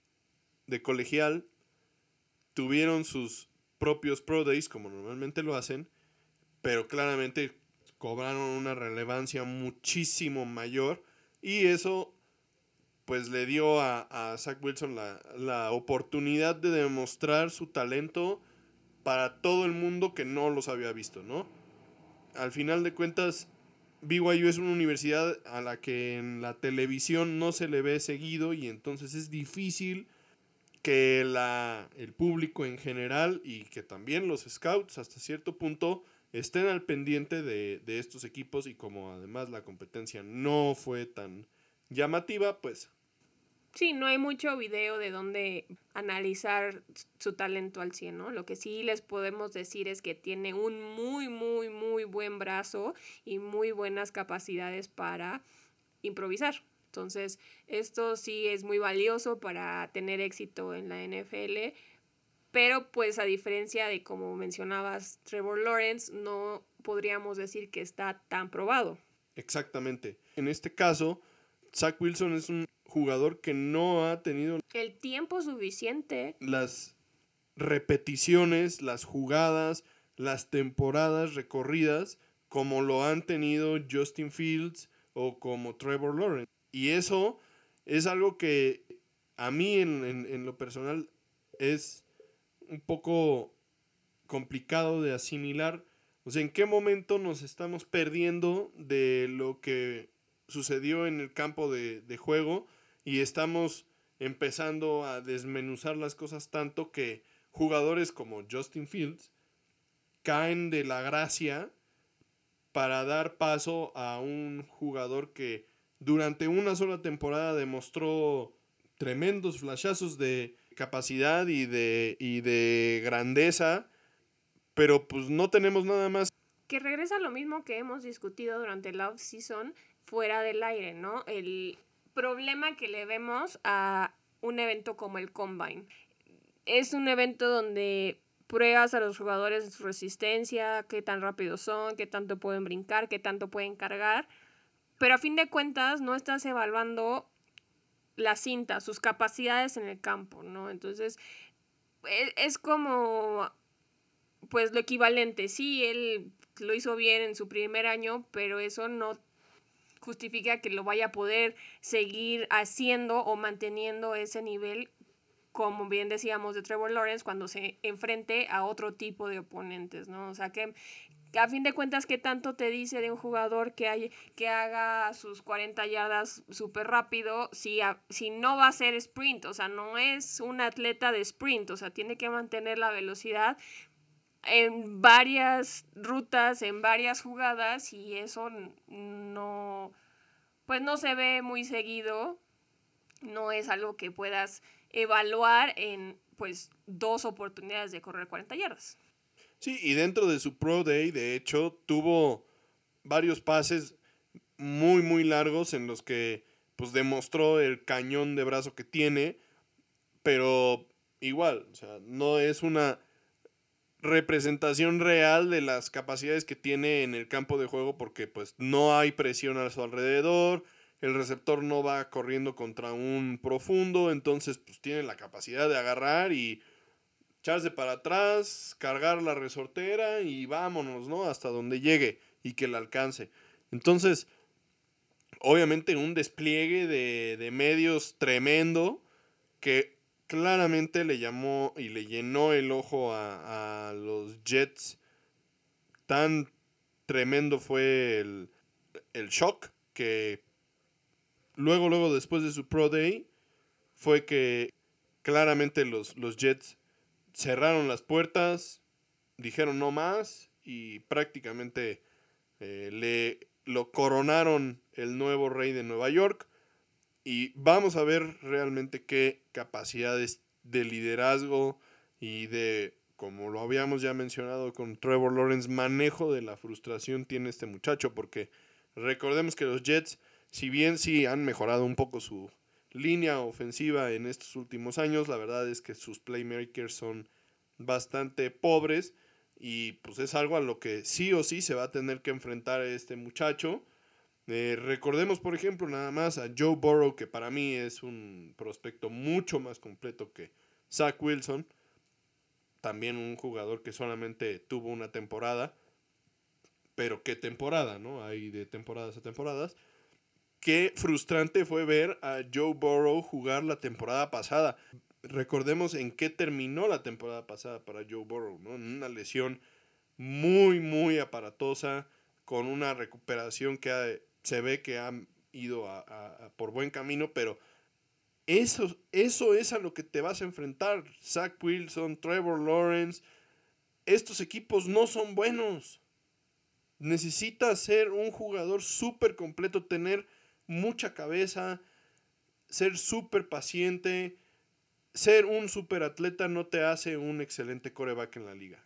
de colegial tuvieron sus propios Pro Days, como normalmente lo hacen, pero claramente cobraron una relevancia muchísimo mayor, y eso pues le dio a Zach Wilson la oportunidad de demostrar su talento para todo el mundo que no los había visto, ¿no? Al final de cuentas, BYU es una universidad a la que en la televisión no se le ve seguido, y entonces es difícil que el público en general y que también los scouts hasta cierto punto estén al pendiente de estos equipos, y como además la competencia no fue tan llamativa, pues... Sí, no hay mucho video de donde analizar su talento al 100, ¿no? Lo que sí les podemos decir es que tiene un muy buen brazo y muy buenas capacidades para improvisar. Entonces, esto sí es muy valioso para tener éxito en la NFL, pero pues a diferencia de, como mencionabas, Trevor Lawrence, no podríamos decir que está tan probado. Exactamente. En este caso, Zach Wilson es un jugador que no ha tenido el tiempo suficiente, las repeticiones, las jugadas, las temporadas recorridas como lo han tenido Justin Fields o como Trevor Lawrence. Y eso es algo que a mí en lo personal es un poco complicado de asimilar. O sea, ¿en qué momento nos estamos perdiendo de lo que sucedió en el campo de juego y estamos empezando a desmenuzar las cosas tanto que jugadores como Justin Fields caen de la gracia para dar paso a un jugador que durante una sola temporada demostró tremendos flashazos de capacidad y de grandeza, pero pues no tenemos nada más. Que regresa a lo mismo que hemos discutido durante la off-season fuera del aire, ¿no? El problema que le vemos a un evento como el Combine. Es un evento donde pruebas a los jugadores su resistencia, qué tan rápidos son, qué tanto pueden brincar, qué tanto pueden cargar, pero a fin de cuentas no estás evaluando la cinta, sus capacidades en el campo, ¿no? Entonces es como pues lo equivalente. Sí, él lo hizo bien en su primer año, pero eso no justifica que lo vaya a poder seguir haciendo o manteniendo ese nivel, como bien decíamos de Trevor Lawrence, cuando se enfrente a otro tipo de oponentes, ¿no? O sea que a fin de cuentas, ¿qué tanto te dice de un jugador que haga sus 40 yardas súper rápido si no va a ser sprint? O sea, no es un atleta de sprint, o sea, tiene que mantener la velocidad en varias rutas, en varias jugadas, y eso no, pues no se ve muy seguido, no es algo que puedas evaluar en pues 2 oportunidades de correr 40 yardas. Sí, y dentro de su Pro Day, de hecho, tuvo varios pases muy largos en los que pues demostró el cañón de brazo que tiene, pero igual, o sea, no es una representación real de las capacidades que tiene en el campo de juego, porque pues no hay presión a su alrededor, el receptor no va corriendo contra un profundo, entonces pues tiene la capacidad de agarrar y echarse para atrás, cargar la resortera y vámonos, ¿no? Hasta donde llegue y que la alcance. Entonces, obviamente un despliegue de medios tremendo que claramente le llamó y le llenó el ojo a los Jets. Tan tremendo fue el shock que luego después de su Pro Day fue que claramente los Jets cerraron las puertas, dijeron no más y prácticamente lo coronaron el nuevo rey de Nueva York. Y vamos a ver realmente qué capacidades de liderazgo y de, como lo habíamos ya mencionado con Trevor Lawrence, manejo de la frustración tiene este muchacho, porque recordemos que los Jets, si bien sí han mejorado un poco su línea ofensiva en estos últimos años, la verdad es que sus playmakers son bastante pobres y pues es algo a lo que sí o sí se va a tener que enfrentar este muchacho. Recordemos, por ejemplo, nada más a Joe Burrow, que para mí es un prospecto mucho más completo que Zach Wilson. También un jugador que solamente tuvo una temporada. Pero qué temporada, ¿no? Hay de temporadas a temporadas. Qué frustrante fue ver a Joe Burrow jugar la temporada pasada. Recordemos en qué terminó la temporada pasada para Joe Burrow, ¿no? En una lesión muy aparatosa, con una recuperación que se ve que ha ido por buen camino, pero eso es a lo que te vas a enfrentar. Zach Wilson, Trevor Lawrence, estos equipos no son buenos. Necesitas ser un jugador súper completo, tener mucha cabeza, ser súper paciente. Ser un super atleta no te hace un excelente quarterback en la liga.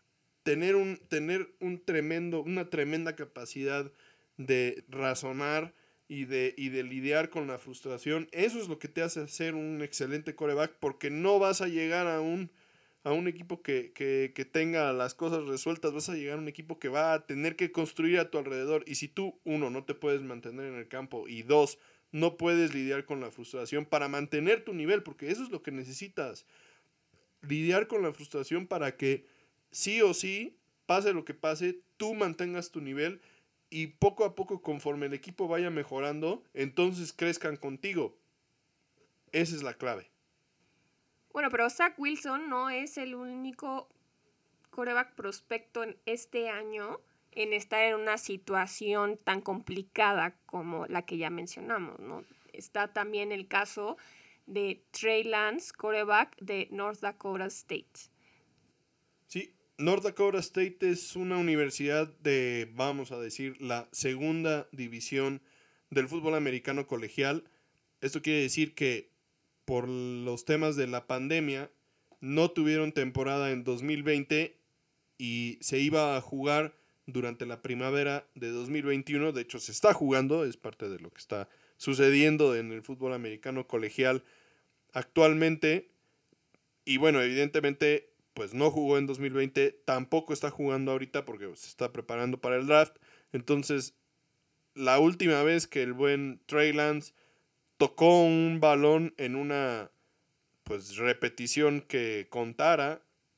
Una tremenda capacidad de razonar y de lidiar con la frustración, eso es lo que te hace ser un excelente quarterback, porque no vas a llegar a un equipo que tenga las cosas resueltas, vas a llegar a un equipo que va a tener que construir a tu alrededor. Y si tú, uno, no te puedes mantener en el campo, y dos, no puedes lidiar con la frustración para mantener tu nivel, porque eso es lo que necesitas. Lidiar con la frustración para que sí o sí, pase lo que pase, tú mantengas tu nivel y poco a poco, conforme el equipo vaya mejorando, entonces crezcan contigo. Esa es la clave. Bueno, pero Zach Wilson no es el único quarterback prospecto en este año en estar en una situación tan complicada como la que ya mencionamos, ¿no? Está también el caso de Trey Lance, quarterback de North Dakota State. Sí, North Dakota State es una universidad de, vamos a decir, la segunda división del fútbol americano colegial. Esto quiere decir que por los temas de la pandemia no tuvieron temporada en 2020 y se iba a jugar durante la primavera de 2021. De hecho, se está jugando, es parte de lo que está sucediendo en el fútbol americano colegial actualmente. Y bueno, evidentemente, pues no jugó en 2020, tampoco está jugando ahorita porque se está preparando para el draft. Entonces, la última vez que el buen Trey Lance tocó un balón en una pues repetición que contara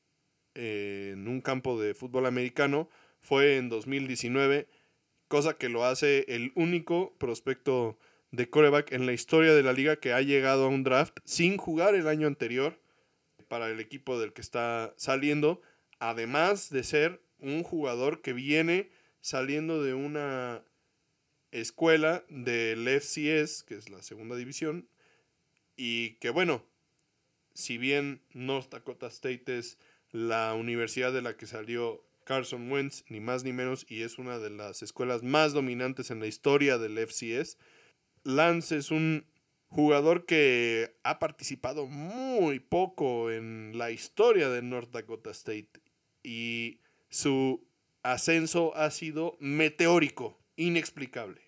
en un campo de fútbol americano fue en 2019, cosa que lo hace el único prospecto de quarterback en la historia de la liga que ha llegado a un draft sin jugar el año anterior para el equipo del que está saliendo, además de ser un jugador que viene saliendo de una escuela del FCS, que es la segunda división, y que bueno, si bien North Dakota State es la universidad de la que salió Carson Wentz, ni más ni menos, y es una de las escuelas más dominantes en la historia del FCS, Lance es un jugador que ha participado muy poco en la historia de North Dakota State y su ascenso ha sido meteórico, inexplicable.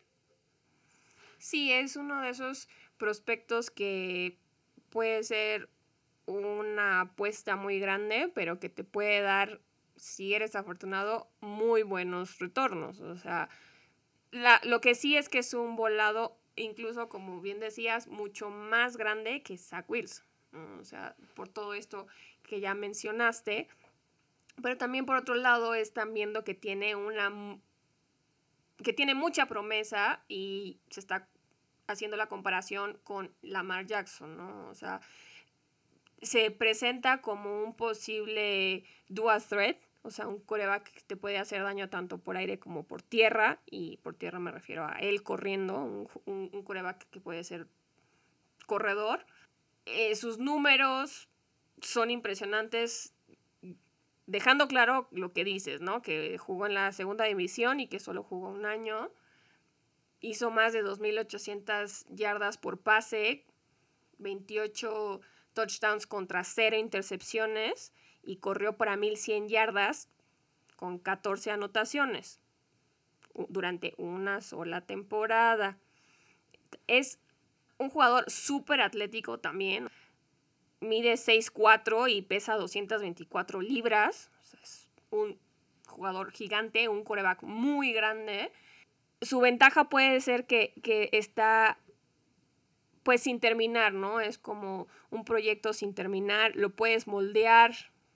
Sí, es uno de esos prospectos que puede ser una apuesta muy grande, pero que te puede dar si eres afortunado, muy buenos retornos. O sea, lo que sí es que es un volado, incluso como bien decías, mucho más grande que Zach Wilson, ¿no? O sea, por todo esto que ya mencionaste. Pero también por otro lado están viendo que tiene mucha promesa y se está haciendo la comparación con Lamar Jackson, ¿no? O sea, se presenta como un posible dual threat, o sea, un quarterback que te puede hacer daño tanto por aire como por tierra, y por tierra me refiero a él corriendo, un quarterback que puede ser corredor. Sus números son impresionantes, dejando claro lo que dices, ¿no? Que jugó en la segunda división y que solo jugó un año. Hizo más de 2.800 yardas por pase, 28 touchdowns contra 0 intercepciones y corrió para 1.100 yardas con 14 anotaciones durante una sola temporada. Es un jugador súper atlético también. Mide 6'4" y pesa 224 libras. O sea, es un jugador gigante, un quarterback muy grande. Su ventaja puede ser que está pues sin terminar, ¿no? Es como un proyecto sin terminar, lo puedes moldear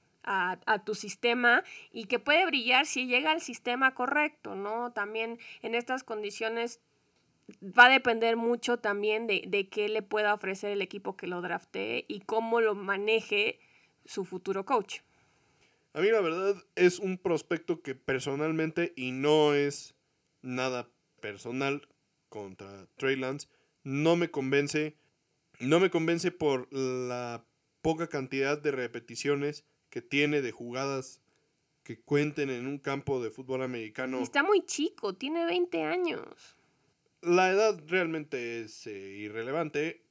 a tu sistema y que puede brillar si llega al sistema correcto, ¿no? También en estas condiciones va a depender mucho también de qué le pueda ofrecer el equipo que lo draftee y cómo lo maneje su futuro coach. A mí la verdad es un prospecto que personalmente, y no es nada personal contra Trey Lance, no me convence. No me convence por la poca cantidad de repeticiones que tiene de jugadas que cuenten en un campo de fútbol americano. Está muy chico, tiene 20 años. La edad realmente es irrelevante.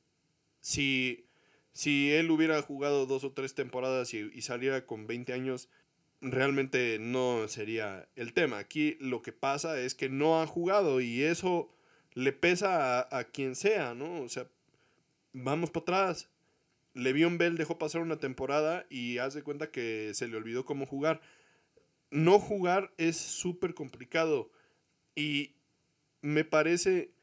Si, si él hubiera jugado 2 o 3 temporadas y saliera con 20 años, realmente no sería el tema. Aquí lo que pasa es que no ha jugado y eso le pesa a quien sea, ¿no? O sea, vamos para atrás. Le'Veon Bell dejó pasar una temporada y haz de cuenta que se le olvidó cómo jugar. No jugar es súper complicado y me parece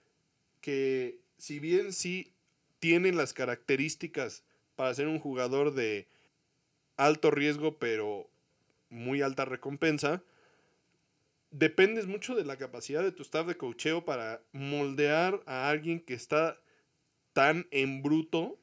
que si bien sí tiene las características para ser un jugador de alto riesgo pero muy alta recompensa, dependes mucho de la capacidad de tu staff de coacheo para moldear a alguien que está tan en bruto.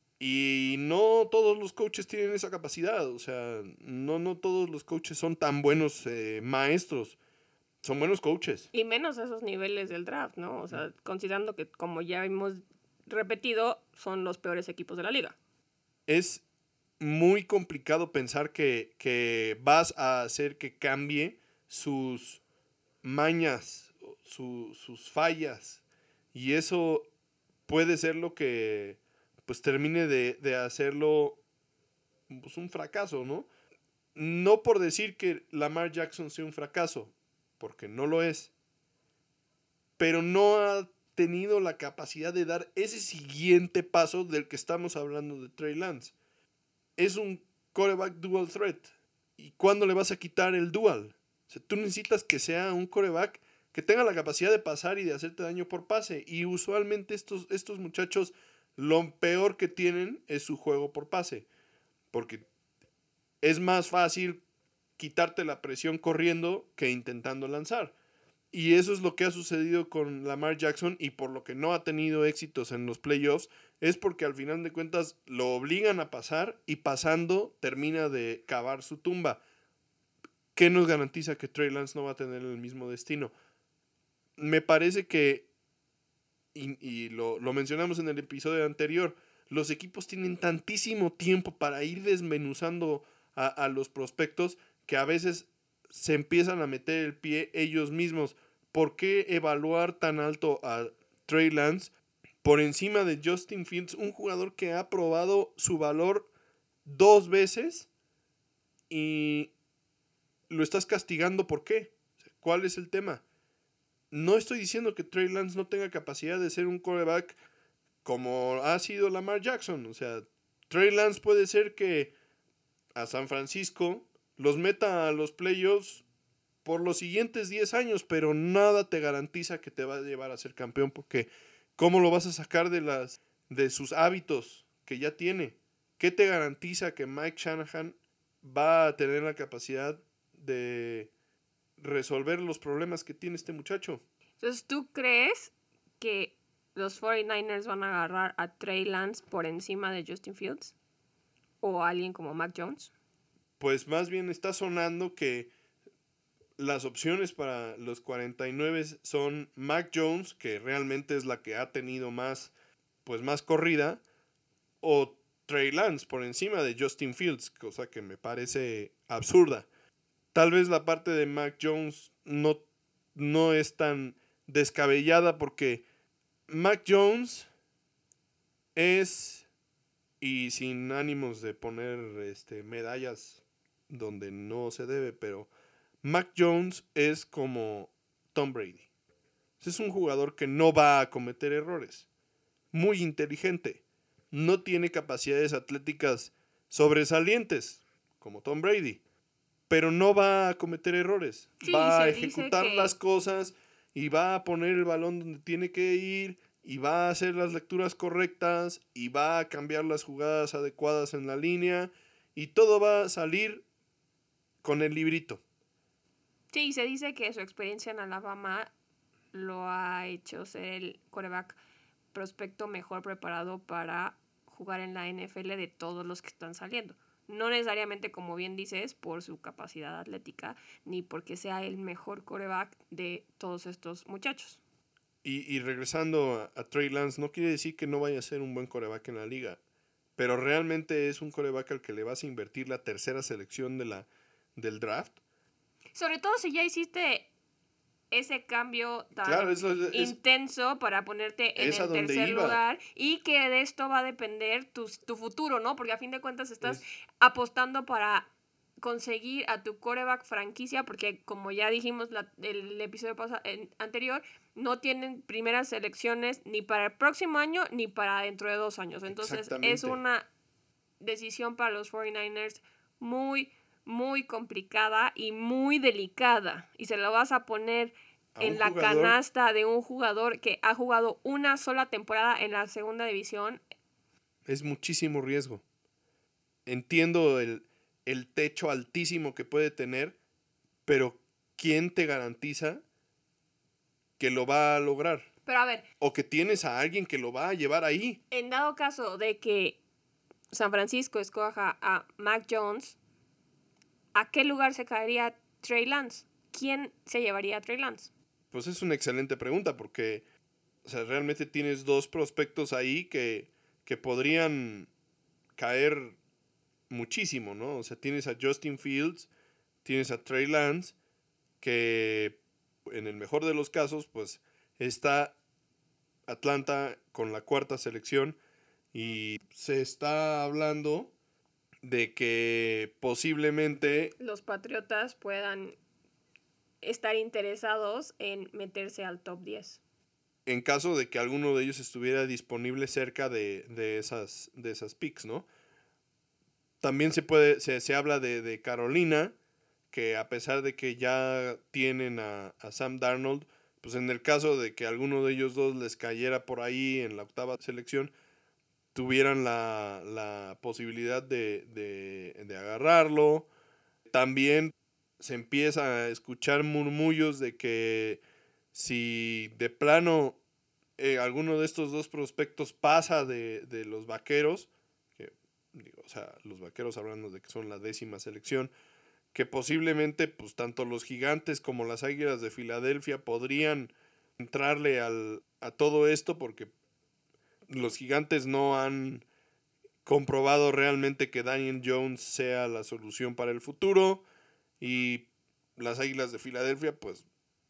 Y no todos los coaches tienen esa capacidad, o sea, no todos los coaches son tan buenos maestros, son buenos coaches. Y menos esos niveles del draft, ¿no? O sea, considerando que, como ya hemos repetido, son los peores equipos de la liga. Es muy complicado pensar que vas a hacer que cambie sus mañas, sus fallas, y eso puede ser lo que pues termine de hacerlo pues, un fracaso, ¿no? No por decir que Lamar Jackson sea un fracaso, porque no lo es, pero no ha tenido la capacidad de dar ese siguiente paso del que estamos hablando de Trey Lance. Es un quarterback dual threat. ¿Y cuándo le vas a quitar el dual? O sea, tú necesitas que sea un quarterback que tenga la capacidad de pasar y de hacerte daño por pase. Y usualmente estos muchachos lo peor que tienen es su juego por pase. Porque es más fácil quitarte la presión corriendo que intentando lanzar. Y eso es lo que ha sucedido con Lamar Jackson y por lo que no ha tenido éxitos en los playoffs es porque al final de cuentas lo obligan a pasar y pasando termina de cavar su tumba. ¿Qué nos garantiza que Trey Lance no va a tener el mismo destino? Me parece que, y lo mencionamos en el episodio anterior, los equipos tienen tantísimo tiempo para ir desmenuzando a los prospectos que a veces se empiezan a meter el pie ellos mismos. ¿Por qué evaluar tan alto a Trey Lance por encima de Justin Fields, un jugador que ha probado su valor 2 veces y lo estás castigando? ¿Por qué? ¿Cuál es el tema? No estoy diciendo que Trey Lance no tenga capacidad de ser un quarterback como ha sido Lamar Jackson. O sea, Trey Lance puede ser que a San Francisco los meta a los playoffs por los siguientes 10 años, pero nada te garantiza que te va a llevar a ser campeón, porque ¿cómo lo vas a sacar de sus hábitos que ya tiene? ¿Qué te garantiza que Mike Shanahan va a tener la capacidad de resolver los problemas que tiene este muchacho? Entonces, ¿tú crees que los 49ers van a agarrar a Trey Lance por encima de Justin Fields? ¿O a alguien como Mac Jones? Pues más bien está sonando que las opciones para los 49 son Mac Jones, que realmente es la que ha tenido más corrida, o Trey Lance por encima de Justin Fields, cosa que me parece absurda. Tal vez la parte de Mac Jones no es tan descabellada, porque Mac Jones es, y sin ánimos de poner medallas donde no se debe, pero Mac Jones es como Tom Brady. Es un jugador que no va a cometer errores. Muy inteligente. No tiene capacidades atléticas sobresalientes, como Tom Brady, pero no va a cometer errores. Sí, Va a se dice ejecutar las cosas y va a poner el balón donde tiene que ir y va a hacer las lecturas correctas y va a cambiar las jugadas adecuadas en la línea y todo va a salir con el librito. Sí, se dice que su experiencia en Alabama lo ha hecho ser el quarterback prospecto mejor preparado para jugar en la NFL de todos los que están saliendo. No necesariamente, como bien dices, por su capacidad atlética, ni porque sea el mejor quarterback de todos estos muchachos. Y regresando a Trey Lance, no quiere decir que no vaya a ser un buen quarterback en la liga, pero realmente es un quarterback al que le vas a invertir la tercera selección del draft. Sobre todo si ya hiciste ese cambio Claro, tan intenso para ponerte en es a el donde tercer iba. lugar y que de esto va a depender tu futuro, ¿no? Porque a fin de cuentas estás apostando para conseguir a tu quarterback franquicia, porque como ya dijimos el episodio anterior, no tienen primeras selecciones ni para el próximo año ni para dentro de 2 años. Entonces es una decisión para los 49ers muy, muy complicada y muy delicada. Y se lo vas a poner en la canasta de un jugador que ha jugado una sola temporada en la segunda división. Es muchísimo riesgo. Entiendo el techo altísimo que puede tener, pero ¿quién te garantiza que lo va a lograr? Pero a ver, o que tienes a alguien que lo va a llevar ahí. En dado caso de que San Francisco escoja a Mac Jones, ¿a qué lugar se caería Trey Lance? ¿Quién se llevaría a Trey Lance? Pues es una excelente pregunta, porque realmente tienes dos prospectos ahí que podrían caer muchísimo, ¿no? O sea, tienes a Justin Fields, tienes a Trey Lance, que en el mejor de los casos, pues está Atlanta con la cuarta selección y se está hablando de que posiblemente los Patriotas puedan estar interesados en meterse al top 10. En caso de que alguno de ellos estuviera disponible cerca de esas picks, ¿no? También se habla de Carolina, que a pesar de que ya tienen a Sam Darnold, pues en el caso de que alguno de ellos dos les cayera por ahí en la octava selección, tuvieran la posibilidad de agarrarlo. También se empieza a escuchar murmullos de que si de plano alguno de estos dos prospectos pasa de los Vaqueros, que, los Vaqueros hablando de que son la 10ª selección, que posiblemente pues tanto los Gigantes como las Águilas de Filadelfia podrían entrarle a todo esto, porque los Gigantes no han comprobado realmente que Daniel Jones sea la solución para el futuro, y las Águilas de Filadelfia pues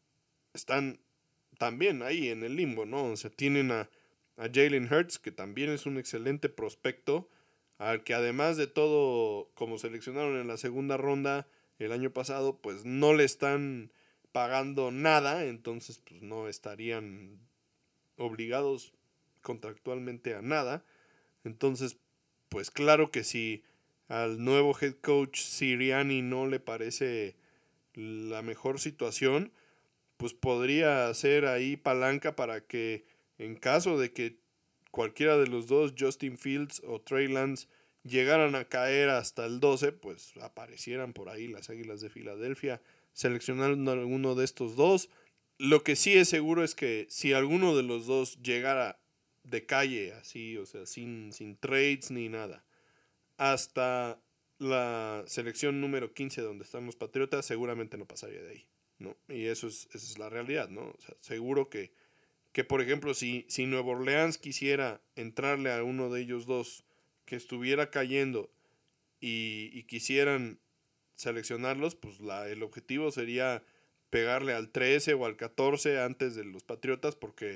están también ahí en el limbo, ¿no? O sea, tienen a Jalen Hurts, que también es un excelente prospecto, al que además de todo, como seleccionaron en la segunda ronda el año pasado, pues no le están pagando nada, entonces pues no estarían obligados contractualmente a nada. Entonces, pues claro que si al nuevo head coach Sirianni no le parece la mejor situación, pues podría ser ahí palanca para que en caso de que cualquiera de los dos, Justin Fields o Trey Lance, llegaran a caer hasta el 12, pues aparecieran por ahí las Águilas de Filadelfia seleccionando a alguno de estos dos. Lo que sí es seguro es que si alguno de los dos llegara de calle, así, o sea, sin trades ni nada, hasta la selección número 15 donde están los Patriotas, seguramente no pasaría de ahí, ¿no? Y esa es la realidad, ¿no? O sea, seguro que por ejemplo, si Nueva Orleans quisiera entrarle a uno de ellos dos que estuviera cayendo y quisieran seleccionarlos, pues el objetivo sería pegarle al 13 o al 14 antes de los Patriotas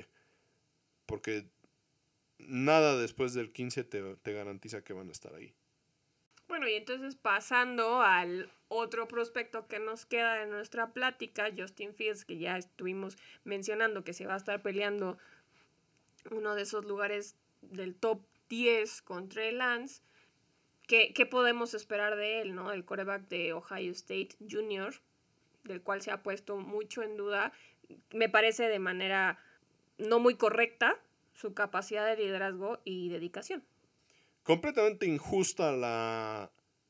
porque nada después del 15 te garantiza que van a estar ahí. Bueno, y entonces pasando al otro prospecto que nos queda de nuestra plática, Justin Fields, que ya estuvimos mencionando que se va a estar peleando uno de esos lugares del top 10 con Trey Lance. ¿Qué podemos esperar de él, ¿no? El quarterback de Ohio State Junior, del cual se ha puesto mucho en duda, me parece de manera no muy correcta, su capacidad de liderazgo y dedicación. Completamente injusta la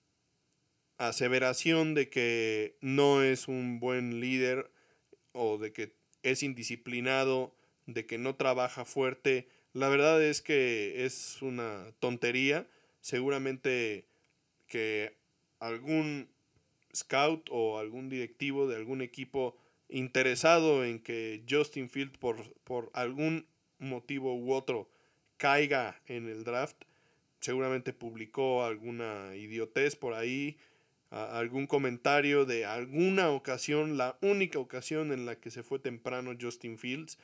aseveración de que no es un buen líder o de que es indisciplinado, de que no trabaja fuerte. La verdad es que es una tontería. Seguramente que algún scout o algún directivo de algún equipo interesado en que Justin Fields por algún motivo u otro caiga en el draft, seguramente publicó alguna idiotez por ahí, algún comentario de alguna ocasión, la única ocasión en la que se fue temprano Justin Fields,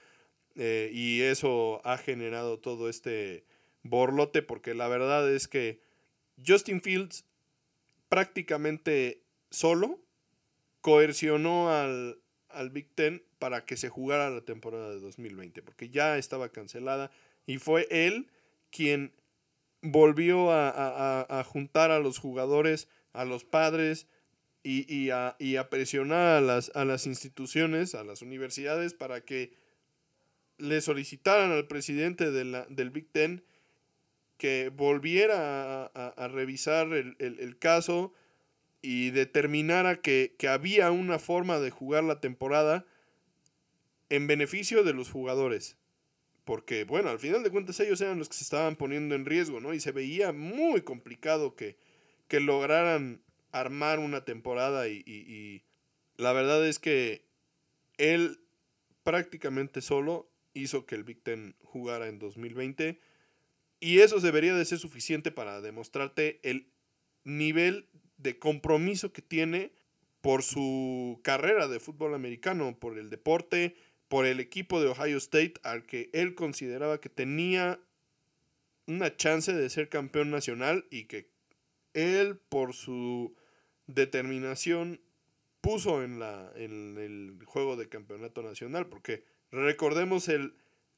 y eso ha generado todo este borlote, porque la verdad es que Justin Fields prácticamente solo coercionó al Big Ten para que se jugara la temporada de 2020, porque ya estaba cancelada y fue él quien volvió a juntar a los jugadores, a los padres y a presionar a las instituciones, a las universidades para que le solicitaran al presidente del Big Ten que volviera a revisar el caso y determinara que había una forma de jugar la temporada en beneficio de los jugadores. Porque, bueno, al final de cuentas ellos eran los que se estaban poniendo en riesgo, ¿no? Y se veía muy complicado que lograran armar una temporada y la verdad es que él prácticamente solo hizo que el Big Ten jugara en 2020 y eso debería de ser suficiente para demostrarte el nivel de compromiso que tiene por su carrera de fútbol americano, por el deporte, por el equipo de Ohio State al que él consideraba que tenía una chance de ser campeón nacional y que él por su determinación puso en el juego de campeonato nacional, porque recordemos el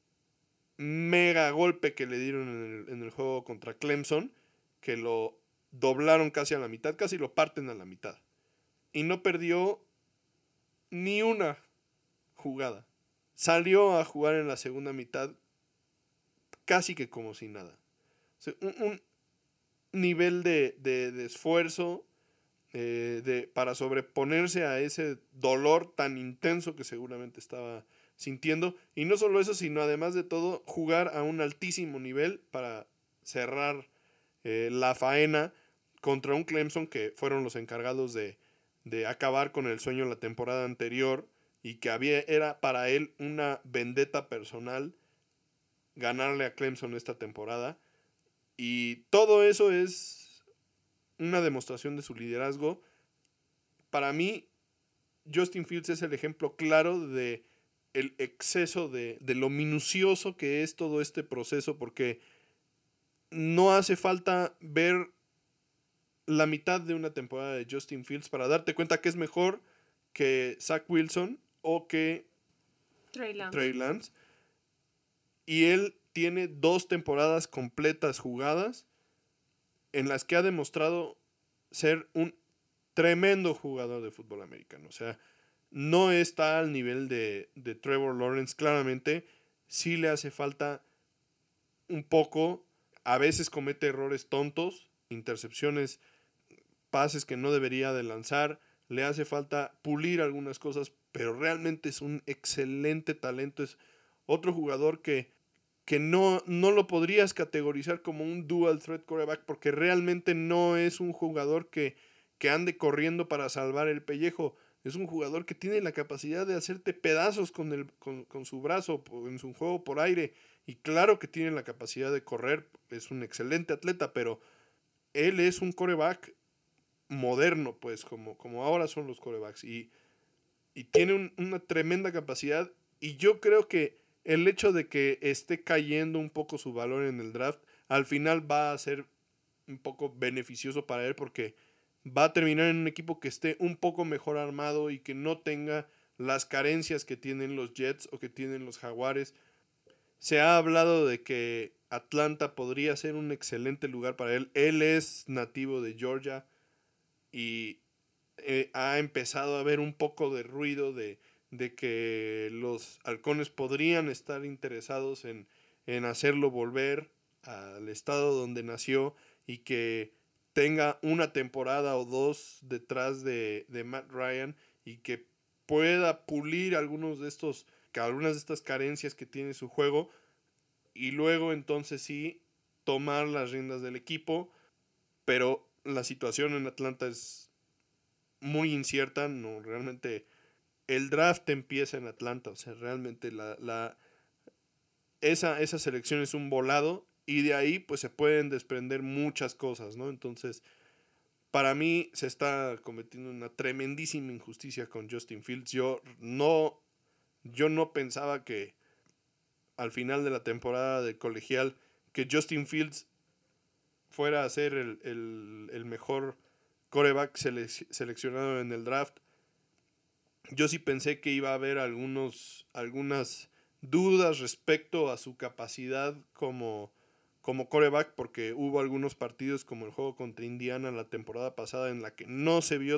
mega golpe que le dieron en el juego contra Clemson, que lo doblaron casi a la mitad, casi lo parten a la mitad. Y no perdió ni una jugada. Salió a jugar en la segunda mitad casi que como si nada. O sea, un nivel de esfuerzo para sobreponerse a ese dolor tan intenso que seguramente estaba sintiendo. Y no solo eso, sino además de todo, jugar a un altísimo nivel para cerrar la faena contra un Clemson que fueron los encargados de acabar con el sueño la temporada anterior y que era para él una vendetta personal ganarle a Clemson esta temporada. Y todo eso es una demostración de su liderazgo. Para mí, Justin Fields es el ejemplo claro de el exceso de lo minucioso que es todo este proceso, porque no hace falta ver la mitad de una temporada de Justin Fields para darte cuenta que es mejor que Zach Wilson o que Trey Lance. Y él tiene 2 temporadas completas jugadas en las que ha demostrado ser un tremendo jugador de fútbol americano. O sea, no está al nivel de Trevor Lawrence. Claramente, sí le hace falta un poco. A veces comete errores tontos, intercepciones, pases que no debería de lanzar. Le hace falta pulir algunas cosas, pero realmente es un excelente talento. Es otro jugador que no lo podrías categorizar como un dual threat quarterback porque realmente no es un jugador que ande corriendo para salvar el pellejo. Es un jugador que tiene la capacidad de hacerte pedazos con su brazo en su juego por aire. Y claro que tiene la capacidad de correr. Es un excelente atleta, pero él es un quarterback moderno, pues, como ahora son los quarterbacks. Y tiene una tremenda capacidad. Y yo creo que el hecho de que esté cayendo un poco su valor en el draft, al final va a ser un poco beneficioso para él porque va a terminar en un equipo que esté un poco mejor armado y que no tenga las carencias que tienen los Jets o que tienen los Jaguares. Se ha hablado de que Atlanta podría ser un excelente lugar para él. Él es nativo de Georgia y ha empezado a haber un poco de ruido de que los halcones podrían estar interesados en hacerlo volver al estado donde nació y que tenga una temporada o dos detrás de Matt Ryan y que pueda pulir algunas de estas carencias que tiene su juego y luego entonces sí tomar las riendas del equipo, pero la situación en Atlanta es muy incierta, no, realmente el draft empieza en Atlanta, o sea, realmente esa selección es un volado y de ahí pues se pueden desprender muchas cosas, ¿no? Entonces, para mí se está cometiendo una tremendísima injusticia con Justin Fields. Yo no pensaba que al final de la temporada de colegial que Justin Fields fuera a ser el mejor quarterback seleccionado en el draft. Yo sí pensé que iba a haber algunas dudas respecto a su capacidad como quarterback, porque hubo algunos partidos como el juego contra Indiana la temporada pasada en la que no se vio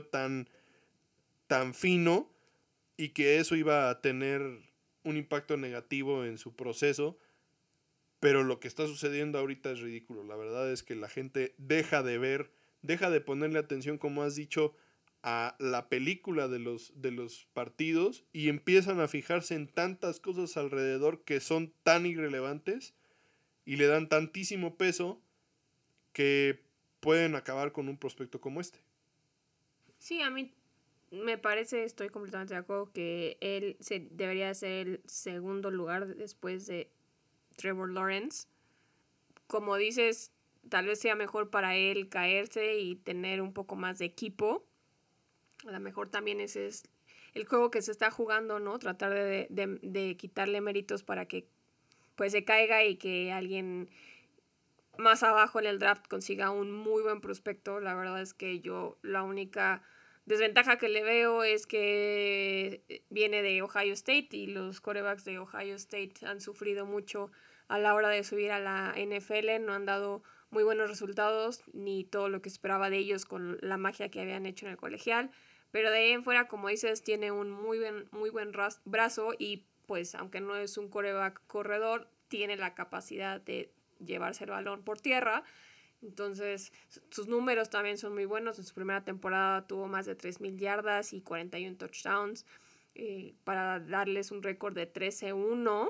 tan fino y que eso iba a tener un impacto negativo en su proceso. Pero lo que está sucediendo ahorita es ridículo. La verdad es que la gente deja de ponerle atención, como has dicho, a la película de los partidos y empiezan a fijarse en tantas cosas alrededor que son tan irrelevantes y le dan tantísimo peso que pueden acabar con un prospecto como este. Sí, a mí me parece, estoy completamente de acuerdo que debería ser el segundo lugar después de Trevor Lawrence. Como dices, tal vez sea mejor para él caerse y tener un poco más de equipo. A lo mejor también ese es el juego que se está jugando, ¿no? Tratar de quitarle méritos para que pues se caiga y que alguien más abajo en el draft consiga un muy buen prospecto. La verdad es que yo la única desventaja que le veo es que viene de Ohio State y los quarterbacks de Ohio State han sufrido mucho a la hora de subir a la NFL, no han dado muy buenos resultados ni todo lo que esperaba de ellos con la magia que habían hecho en el colegial, pero de ahí en fuera, como dices, tiene un muy buen brazo y pues aunque no es un quarterback corredor, tiene la capacidad de llevarse el balón por tierra. Entonces, sus números también son muy buenos. En su primera temporada tuvo más de 3,000 yardas y 41 touchdowns para darles un récord de 13-1.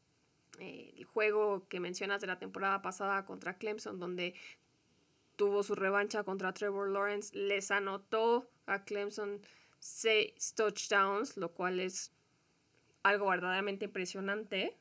El juego que mencionas de la temporada pasada contra Clemson, donde tuvo su revancha contra Trevor Lawrence, les anotó a Clemson 6 touchdowns, lo cual es algo verdaderamente impresionante.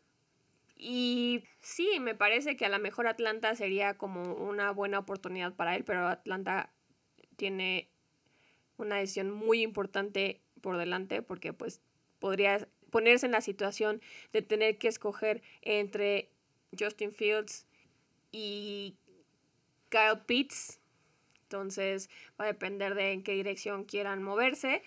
Y sí, me parece que a lo mejor Atlanta sería como una buena oportunidad para él, pero Atlanta tiene una decisión muy importante por delante porque pues podría ponerse en la situación de tener que escoger entre Justin Fields y Kyle Pitts. Entonces va a depender de en qué dirección quieran moverse.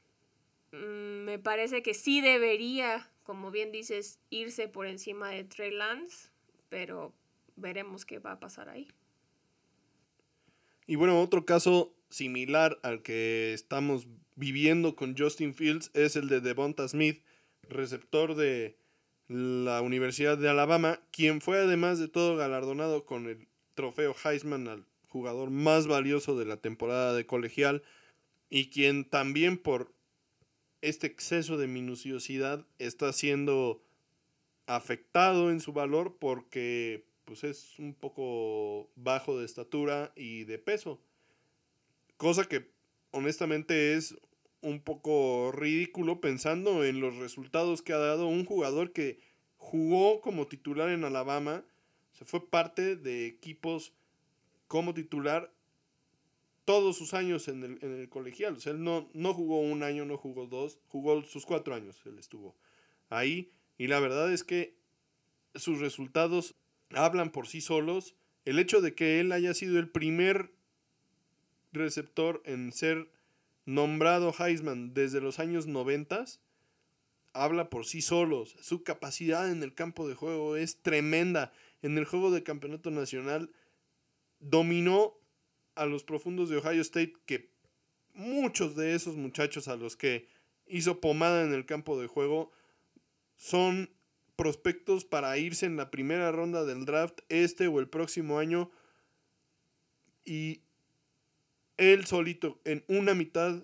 Me parece que sí debería, como bien dices, irse por encima de Trey Lance, pero veremos qué va a pasar ahí. Y bueno, otro caso similar al que estamos viviendo con Justin Fields es el de Devonta Smith, receptor de la Universidad de Alabama, quien fue además de todo galardonado con el trofeo Heisman al jugador más valioso de la temporada de colegial, y quien también por este exceso de minuciosidad está siendo afectado en su valor porque pues es un poco bajo de estatura y de peso, cosa que honestamente es un poco ridículo pensando en los resultados que ha dado un jugador que jugó como titular en Alabama, se fue parte de equipos como titular todos sus años en el colegial. O sea, él no jugó un año, no jugó dos, jugó sus 4 años, él estuvo ahí. Y la verdad es que sus resultados hablan por sí solos. El hecho de que él haya sido el primer receptor en ser nombrado Heisman desde los años 90 habla por sí solos. Su capacidad en el campo de juego es tremenda. En el juego de campeonato nacional dominó a los profundos de Ohio State, que muchos de esos muchachos a los que hizo pomada en el campo de juego son prospectos para irse en la primera ronda del draft este o el próximo año, y él solito en una mitad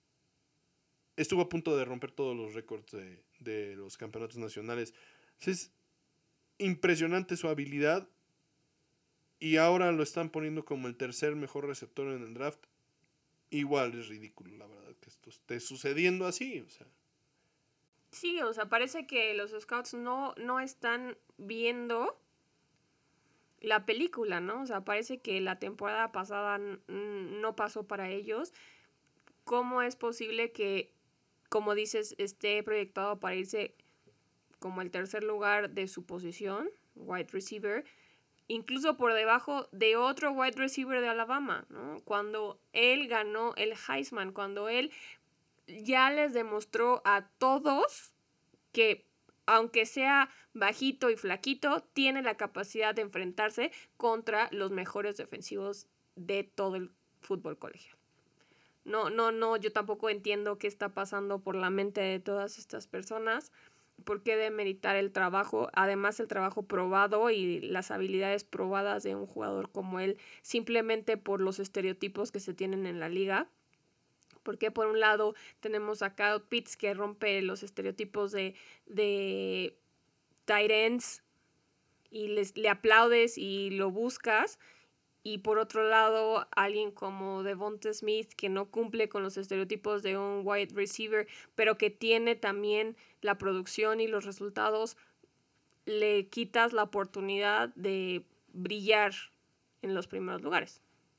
estuvo a punto de romper todos los récords de los campeonatos nacionales. Es impresionante su habilidad y ahora lo están poniendo como el tercer mejor receptor en el draft. Igual es ridículo, la verdad, que esto esté sucediendo así. O sea, Sí, o sea, parece que los scouts no están viendo la película, ¿no? O sea, parece que la temporada pasada no pasó para ellos. ¿Cómo es posible que, como dices, esté proyectado para irse como el tercer lugar de su posición, wide receiver, incluso por debajo de otro wide receiver de Alabama, ¿no? Cuando él ganó el Heisman, cuando él ya les demostró a todos que aunque sea bajito y flaquito, tiene la capacidad de enfrentarse contra los mejores defensivos de todo el fútbol colegial. No, yo tampoco entiendo qué está pasando por la mente de todas estas personas. ¿Por qué demeritar el trabajo? Además, el trabajo probado y las habilidades probadas de un jugador como él, simplemente por los estereotipos que se tienen en la liga. Porque por un lado tenemos a Kyle Pitts, que rompe los estereotipos de tight ends y le aplaudes y lo buscas. Y por otro lado, alguien como Devonta Smith, que no cumple con los estereotipos de un wide receiver, pero que tiene también la producción y los resultados, le quitas la oportunidad de brillar en los primeros lugares.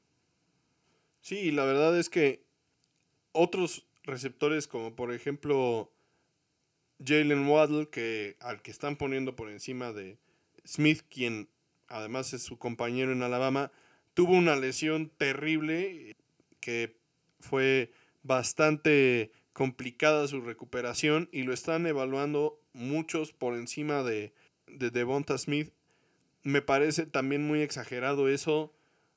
sí, la verdad es que otros receptores como por ejemplo Jalen Waddle, al que están poniendo por encima de Smith, quien además es su compañero en Alabama, tuvo una lesión terrible que fue bastante complicada su recuperación y lo están evaluando muchos por encima de Devonta Smith. Me parece también muy exagerado eso.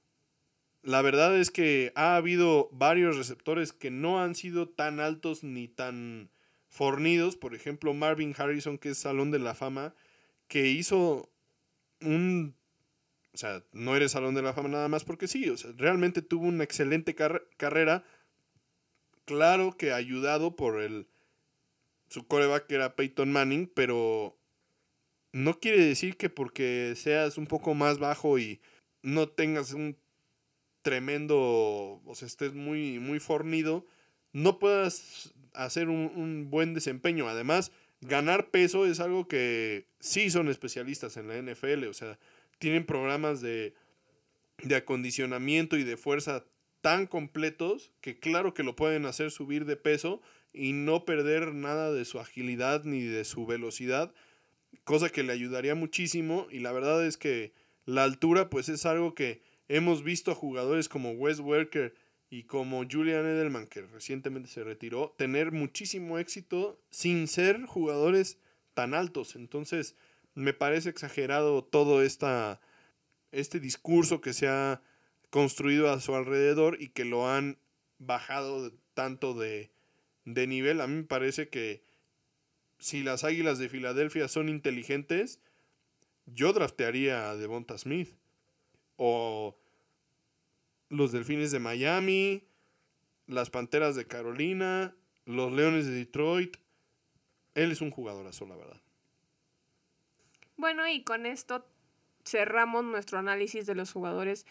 La verdad es que ha habido varios receptores que no han sido tan altos ni tan fornidos. Por ejemplo, Marvin Harrison, que es Salón de la Fama, que hizo un... O sea, no eres Salón de la Fama nada más porque sí. O sea, realmente tuvo una excelente carrera. Claro que ayudado por su quarterback, que era Peyton Manning, pero no quiere decir que porque seas un poco más bajo y no tengas un tremendo, o sea, estés muy fornido, no puedas hacer un buen desempeño. Además, ganar peso es algo que sí son especialistas en la NFL, o sea, tienen programas de acondicionamiento y de fuerza tan completos que claro que lo pueden hacer subir de peso y no perder nada de su agilidad ni de su velocidad, cosa que le ayudaría muchísimo. Y la verdad es que la altura pues es algo que hemos visto a jugadores como Wes Welker y como Julian Edelman, que recientemente se retiró, tener muchísimo éxito sin ser jugadores tan altos. Entonces me parece exagerado todo este discurso que se ha construido a su alrededor y que lo han bajado tanto de nivel. A mí me parece que si las Águilas de Filadelfia son inteligentes, yo draftearía a Devonta Smith. O los Delfines de Miami, las Panteras de Carolina, los Leones de Detroit. Él es un jugadorazo, la verdad. Bueno, y con esto cerramos nuestro análisis de los jugadores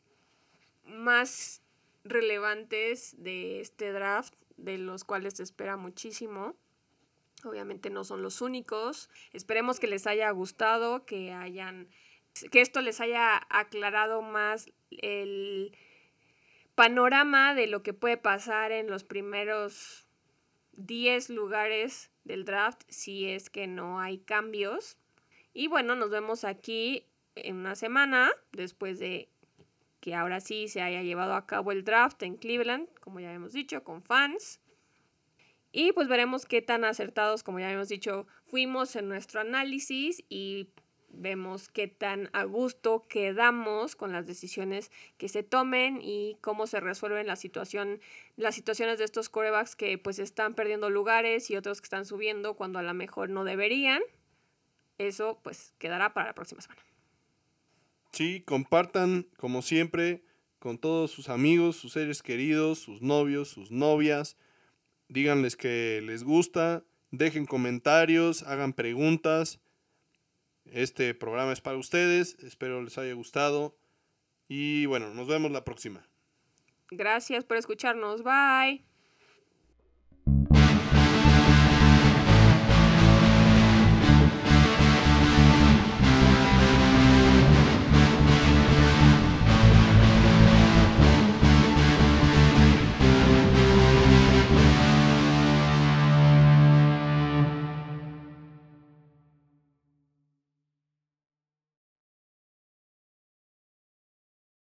más relevantes de este draft, de los cuales se espera muchísimo. Obviamente no son los únicos. Esperemos que les haya gustado, que esto les haya aclarado más el panorama de lo que puede pasar en los primeros 10 lugares del draft si es que no hay cambios. Y bueno, nos vemos aquí en una semana después de que ahora sí se haya llevado a cabo el draft en Cleveland, como ya hemos dicho, con fans. Y pues veremos qué tan acertados, como ya hemos dicho, fuimos en nuestro análisis y vemos qué tan a gusto quedamos con las decisiones que se tomen y cómo se resuelven las situaciones de estos quarterbacks que pues están perdiendo lugares y otros que están subiendo cuando a lo mejor no deberían. Eso pues quedará para la próxima semana. Sí, compartan como siempre con todos sus amigos, sus seres queridos, sus novios, sus novias. Díganles que les gusta, dejen comentarios, hagan preguntas. Este programa es para ustedes, espero les haya gustado y bueno, nos vemos la próxima. Gracias por escucharnos, bye.